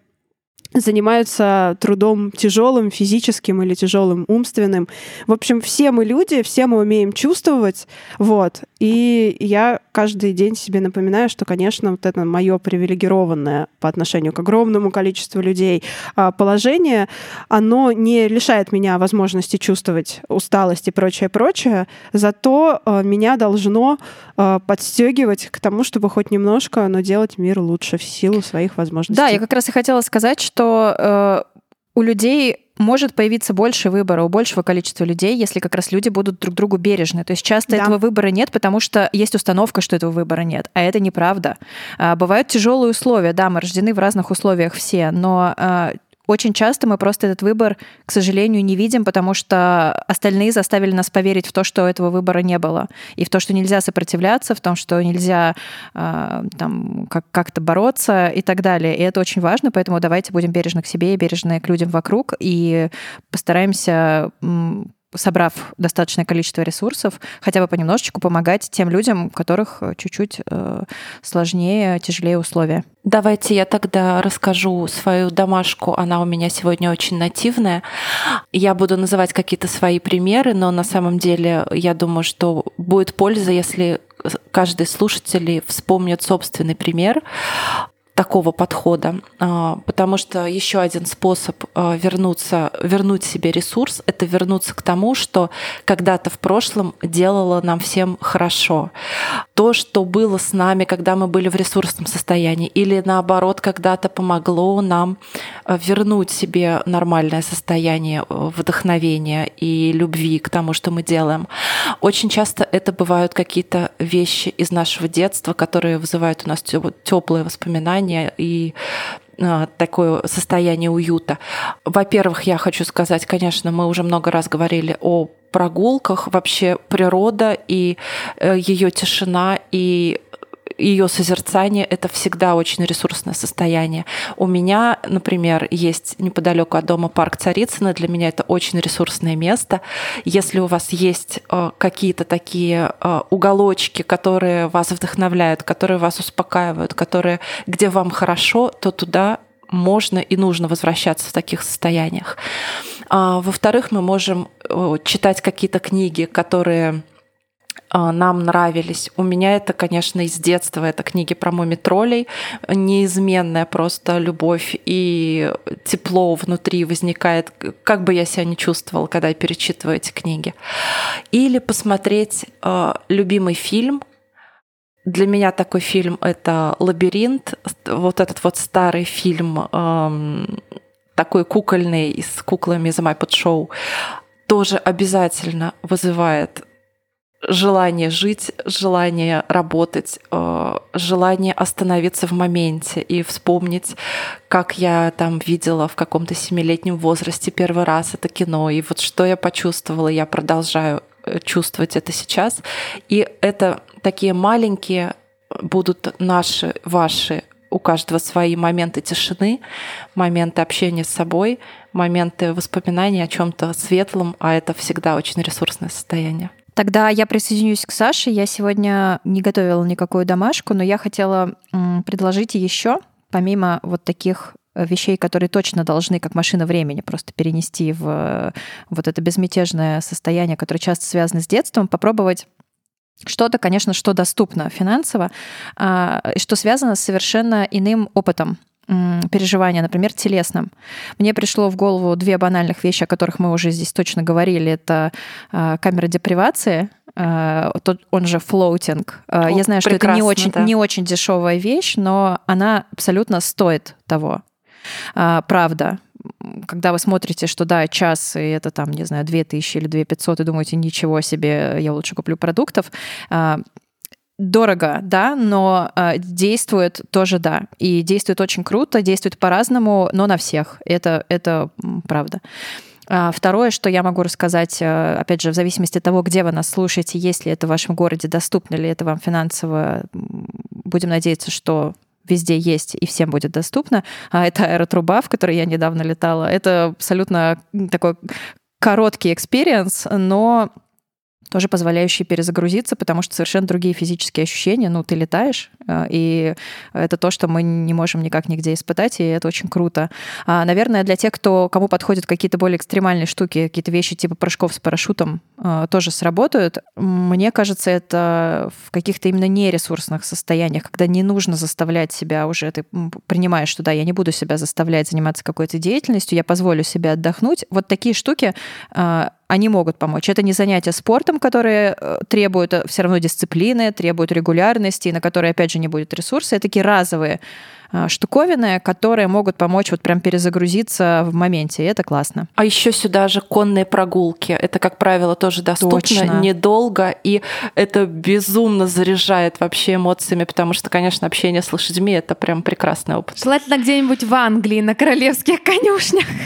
занимаются трудом тяжелым, физическим или тяжелым умственным. В общем, все мы люди, все мы умеем чувствовать. Вот. И я каждый день себе напоминаю, что, конечно, вот это мое привилегированное по отношению к огромному количеству людей положение, оно не лишает меня возможности чувствовать усталость и прочее, прочее, зато меня должно подстегивать к тому, чтобы хоть немножко, но делать мир лучше в силу своих возможностей. Да, я как раз и хотела сказать, что что э, у людей может появиться больше выбора, у большего количества людей, если как раз люди будут друг другу бережны. То есть часто да. этого выбора нет, потому что есть установка, что этого выбора нет. А это неправда. А, бывают тяжелые условия. Да, мы рождены в разных условиях все, но а, очень часто мы просто этот выбор, к сожалению, не видим, потому что остальные заставили нас поверить в то, что этого выбора не было. И в то, что нельзя сопротивляться, в том, что нельзя э, там, как- как-то бороться и так далее. И это очень важно, поэтому давайте будем бережны к себе и бережны к людям вокруг и постараемся м- собрав достаточное количество ресурсов, хотя бы понемножечку помогать тем людям, у которых чуть-чуть сложнее, тяжелее условия. Давайте я тогда расскажу свою домашку. Она у меня сегодня очень нативная. Я буду называть какие-то свои примеры, но на самом деле я думаю, что будет польза, если каждый слушатель вспомнит собственный пример такого подхода, потому что еще один способ вернуться, вернуть себе ресурс — это вернуться к тому, что когда-то в прошлом делало нам всем хорошо. То, что было с нами, когда мы были в ресурсном состоянии, или наоборот, когда-то помогло нам вернуть себе нормальное состояние вдохновения и любви к тому, что мы делаем. Очень часто это бывают какие-то вещи из нашего детства, которые вызывают у нас теплые воспоминания и такое состояние уюта. Во-первых, я хочу сказать, конечно, мы уже много раз говорили о прогулках. Вообще природа и ее тишина, и ее созерцание — это всегда очень ресурсное состояние. У меня, например, есть неподалеку от дома парк Царицыно. Для меня это очень ресурсное место. Если у вас есть какие-то такие уголочки, которые вас вдохновляют, которые вас успокаивают, которые, где вам хорошо, то туда можно и нужно возвращаться в таких состояниях. Во-вторых, мы можем читать какие-то книги, которые нам нравились. У меня это, конечно, из детства. Это книги про муми-троллей. Неизменная просто любовь и тепло внутри возникает, как бы я себя ни чувствовала, когда я перечитываю эти книги. Или посмотреть э, любимый фильм. Для меня такой фильм — это «Лабиринт». Вот этот вот старый фильм, э, такой кукольный, с куклами из My Pet Show, тоже обязательно вызывает желание жить, желание работать, желание остановиться в моменте и вспомнить, как я там видела в каком-то семилетнем возрасте первый раз это кино, и вот что я почувствовала, я продолжаю чувствовать это сейчас. И это такие маленькие будут наши, ваши, у каждого свои моменты тишины, моменты общения с собой, моменты воспоминаний о чем-то светлом, а это всегда очень ресурсное состояние. Тогда я присоединюсь к Саше. Я сегодня не готовила никакую домашку, но я хотела предложить еще, помимо вот таких вещей, которые точно должны, как машина времени, просто перенести в вот это безмятежное состояние, которое часто связано с детством, попробовать что-то, конечно, что доступно финансово, и что связано с совершенно иным опытом переживания, например, телесным. Мне пришло в голову две банальных вещи, о которых мы уже здесь точно говорили. Это камера депривации, он же флоутинг. О, Я знаю, что это не очень, да. не очень дешевая вещь, но она абсолютно стоит того. Правда. Когда вы смотрите, что да, час, и это там, не знаю, две тысячи или две тысячи пятьсот, и думаете, ничего себе, я лучше куплю продуктов, дорого, да, но э, действует тоже, да. И действует очень круто, действует по-разному, но на всех. Это, это правда. А второе, что я могу рассказать, опять же, в зависимости от того, где вы нас слушаете, есть ли это в вашем городе, доступно ли это вам финансово, будем надеяться, что везде есть и всем будет доступно. А это аэротруба, в которой я недавно летала. Это абсолютно такой короткий экспириенс, но тоже позволяющий перезагрузиться, потому что совершенно другие физические ощущения. Ну, ты летаешь, и это то, что мы не можем никак нигде испытать, и это очень круто. Наверное, для тех, кто, кому подходят какие-то более экстремальные штуки, какие-то вещи типа прыжков с парашютом, тоже сработают. Мне кажется, это в каких-то именно нересурсных состояниях, когда не нужно заставлять себя уже, ты принимаешь, что да, я не буду себя заставлять заниматься какой-то деятельностью, я позволю себе отдохнуть. Вот такие штуки они могут помочь. Это не занятия спортом, которые требуют все равно дисциплины, требуют регулярности, на которые, опять же, не будет ресурса. Это такие разовые штуковины, которые могут помочь вот прям перезагрузиться в моменте, и это классно. А еще сюда же конные прогулки. Это, как правило, тоже доступно, Точно. недолго, и это безумно заряжает вообще эмоциями, потому что, конечно, общение с лошадьми — это прям прекрасный опыт. Желательно где-нибудь в Англии на королевских конюшнях.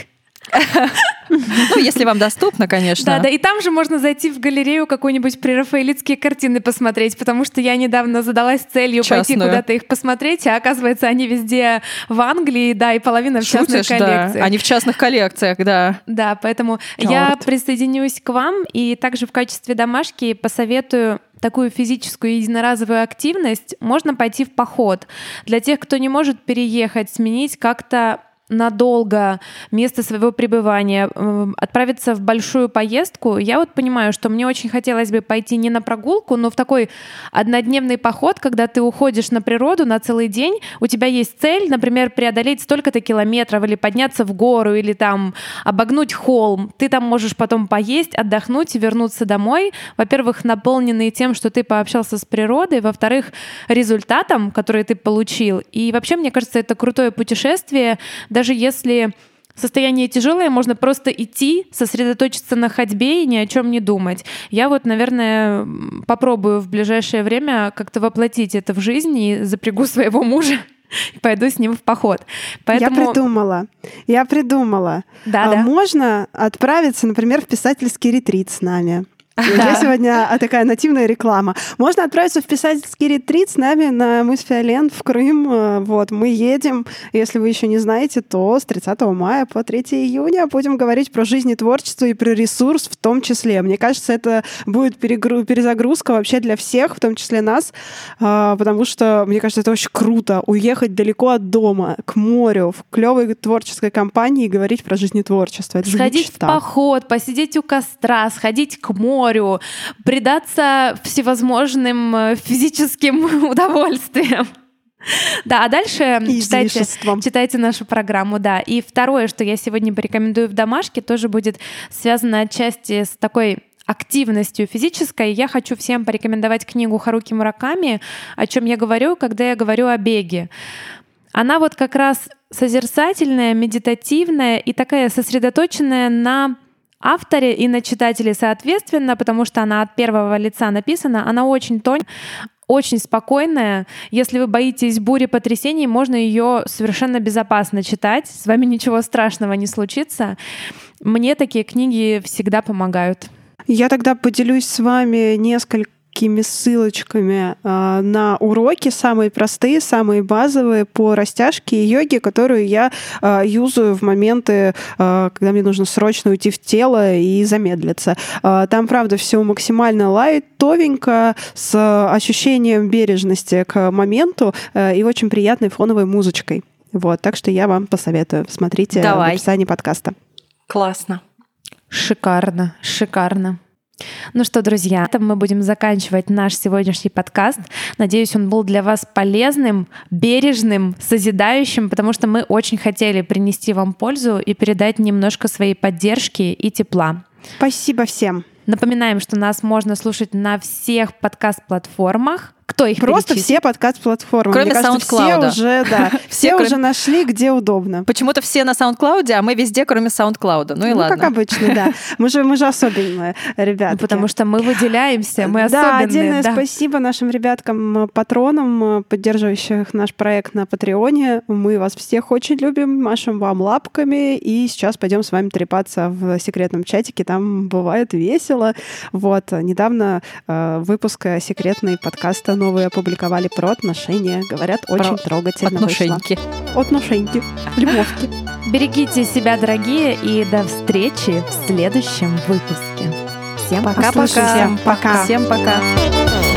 Ну, если вам доступно, конечно. Да, да, и там же можно зайти в галерею какую-нибудь прерафаэлитские картины посмотреть, потому что я недавно задалась целью пойти куда-то их посмотреть, а оказывается, они везде в Англии, да, и половина в частных коллекциях. Да, они в частных коллекциях, да. Да, поэтому я присоединюсь к вам и также в качестве домашки посоветую такую физическую единоразовую активность. Можно пойти в поход. Для тех, кто не может переехать, сменить как-то надолго место своего пребывания, отправиться в большую поездку. Я вот понимаю, что мне очень хотелось бы пойти не на прогулку, но в такой однодневный поход, когда ты уходишь на природу на целый день, у тебя есть цель, например, преодолеть столько-то километров или подняться в гору, или там обогнуть холм. Ты там можешь потом поесть, отдохнуть и вернуться домой. Во-первых, наполненный тем, что ты пообщался с природой, во-вторых, результатом, который ты получил. И вообще, мне кажется, это крутое путешествие. Даже если состояние тяжелое, можно просто идти, сосредоточиться на ходьбе и ни о чем не думать. Я вот, наверное, попробую в ближайшее время как-то воплотить это в жизнь и запрягу своего мужа и пойду с ним в поход. Поэтому... Я придумала. Я придумала. Да, а да. Можно отправиться, например, в писательский ретрит с нами. Да. Я сегодня а, такая нативная реклама. Можно отправиться в писательский ретрит с нами на мыс Фиолен в Крым. Вот, мы едем. Если вы еще не знаете, то с тридцатого мая по третьего июня будем говорить про жизнь и творчество и про ресурс в том числе. Мне кажется, это будет перегру... перезагрузка вообще для всех, в том числе нас, а, потому что, мне кажется, это очень круто. Уехать далеко от дома, к морю, в клевой творческой компании и говорить про жизнь и творчество. Это сходить в поход, посидеть у костра, сходить к морю, предаться всевозможным физическим удовольствиям. Да, а дальше читайте, читайте нашу программу, да. И второе, что я сегодня порекомендую в домашке, тоже будет связано отчасти с такой активностью физической. Я хочу всем порекомендовать книгу Харуки Мураками, о чем я говорю, когда я говорю о беге. Она вот как раз созерцательная, медитативная и такая сосредоточенная на авторе и на читателе соответственно, потому что она от первого лица написана, она очень тонкая, очень спокойная. Если вы боитесь бури потрясений, можно ее совершенно безопасно читать, с вами ничего страшного не случится. Мне такие книги всегда помогают. Я тогда поделюсь с вами несколько ссылочками э, на уроки, самые простые, самые базовые по растяжке и йоге, которую я э, юзаю в моменты, э, когда мне нужно срочно уйти в тело и замедлиться. Э, там, правда, все максимально лайтовенько, с ощущением бережности к моменту э, и очень приятной фоновой музычкой. Вот, так что я вам посоветую. Смотрите Давай. в описании подкаста. Классно. Шикарно, шикарно. Ну что, друзья, на этом мы будем заканчивать наш сегодняшний подкаст. Надеюсь, он был для вас полезным, бережным, созидающим, потому что мы очень хотели принести вам пользу и передать немножко своей поддержки и тепла. Спасибо всем. Напоминаем, что нас можно слушать на всех подкаст-платформах. Кто их Просто перечислит? все подкаст-платформы. Кроме Мне кажется, SoundCloud. Все уже, да, все, все кроме... уже нашли, где удобно. Почему-то все на SoundCloud, а мы везде, кроме SoundCloud. Ну и ну, ладно. как обычно, да. Мы же, мы же особенные ребята. Ну, потому что мы выделяемся, мы особенные. Да, отдельное да. спасибо нашим ребяткам, патронам, поддерживающих наш проект на Патреоне. Мы вас всех очень любим, машем вам лапками. И сейчас пойдем с вами трепаться в секретном чатике. Там бывает весело. Вот. Недавно э, выпуск секретный подкаста новый опубликовали про отношения. Говорят, очень про трогательно отношеньки. вышло. Отношеньки. Любовки. Берегите себя, дорогие, и до встречи в следующем выпуске. Всем пока-пока. Всем пока. Всем пока.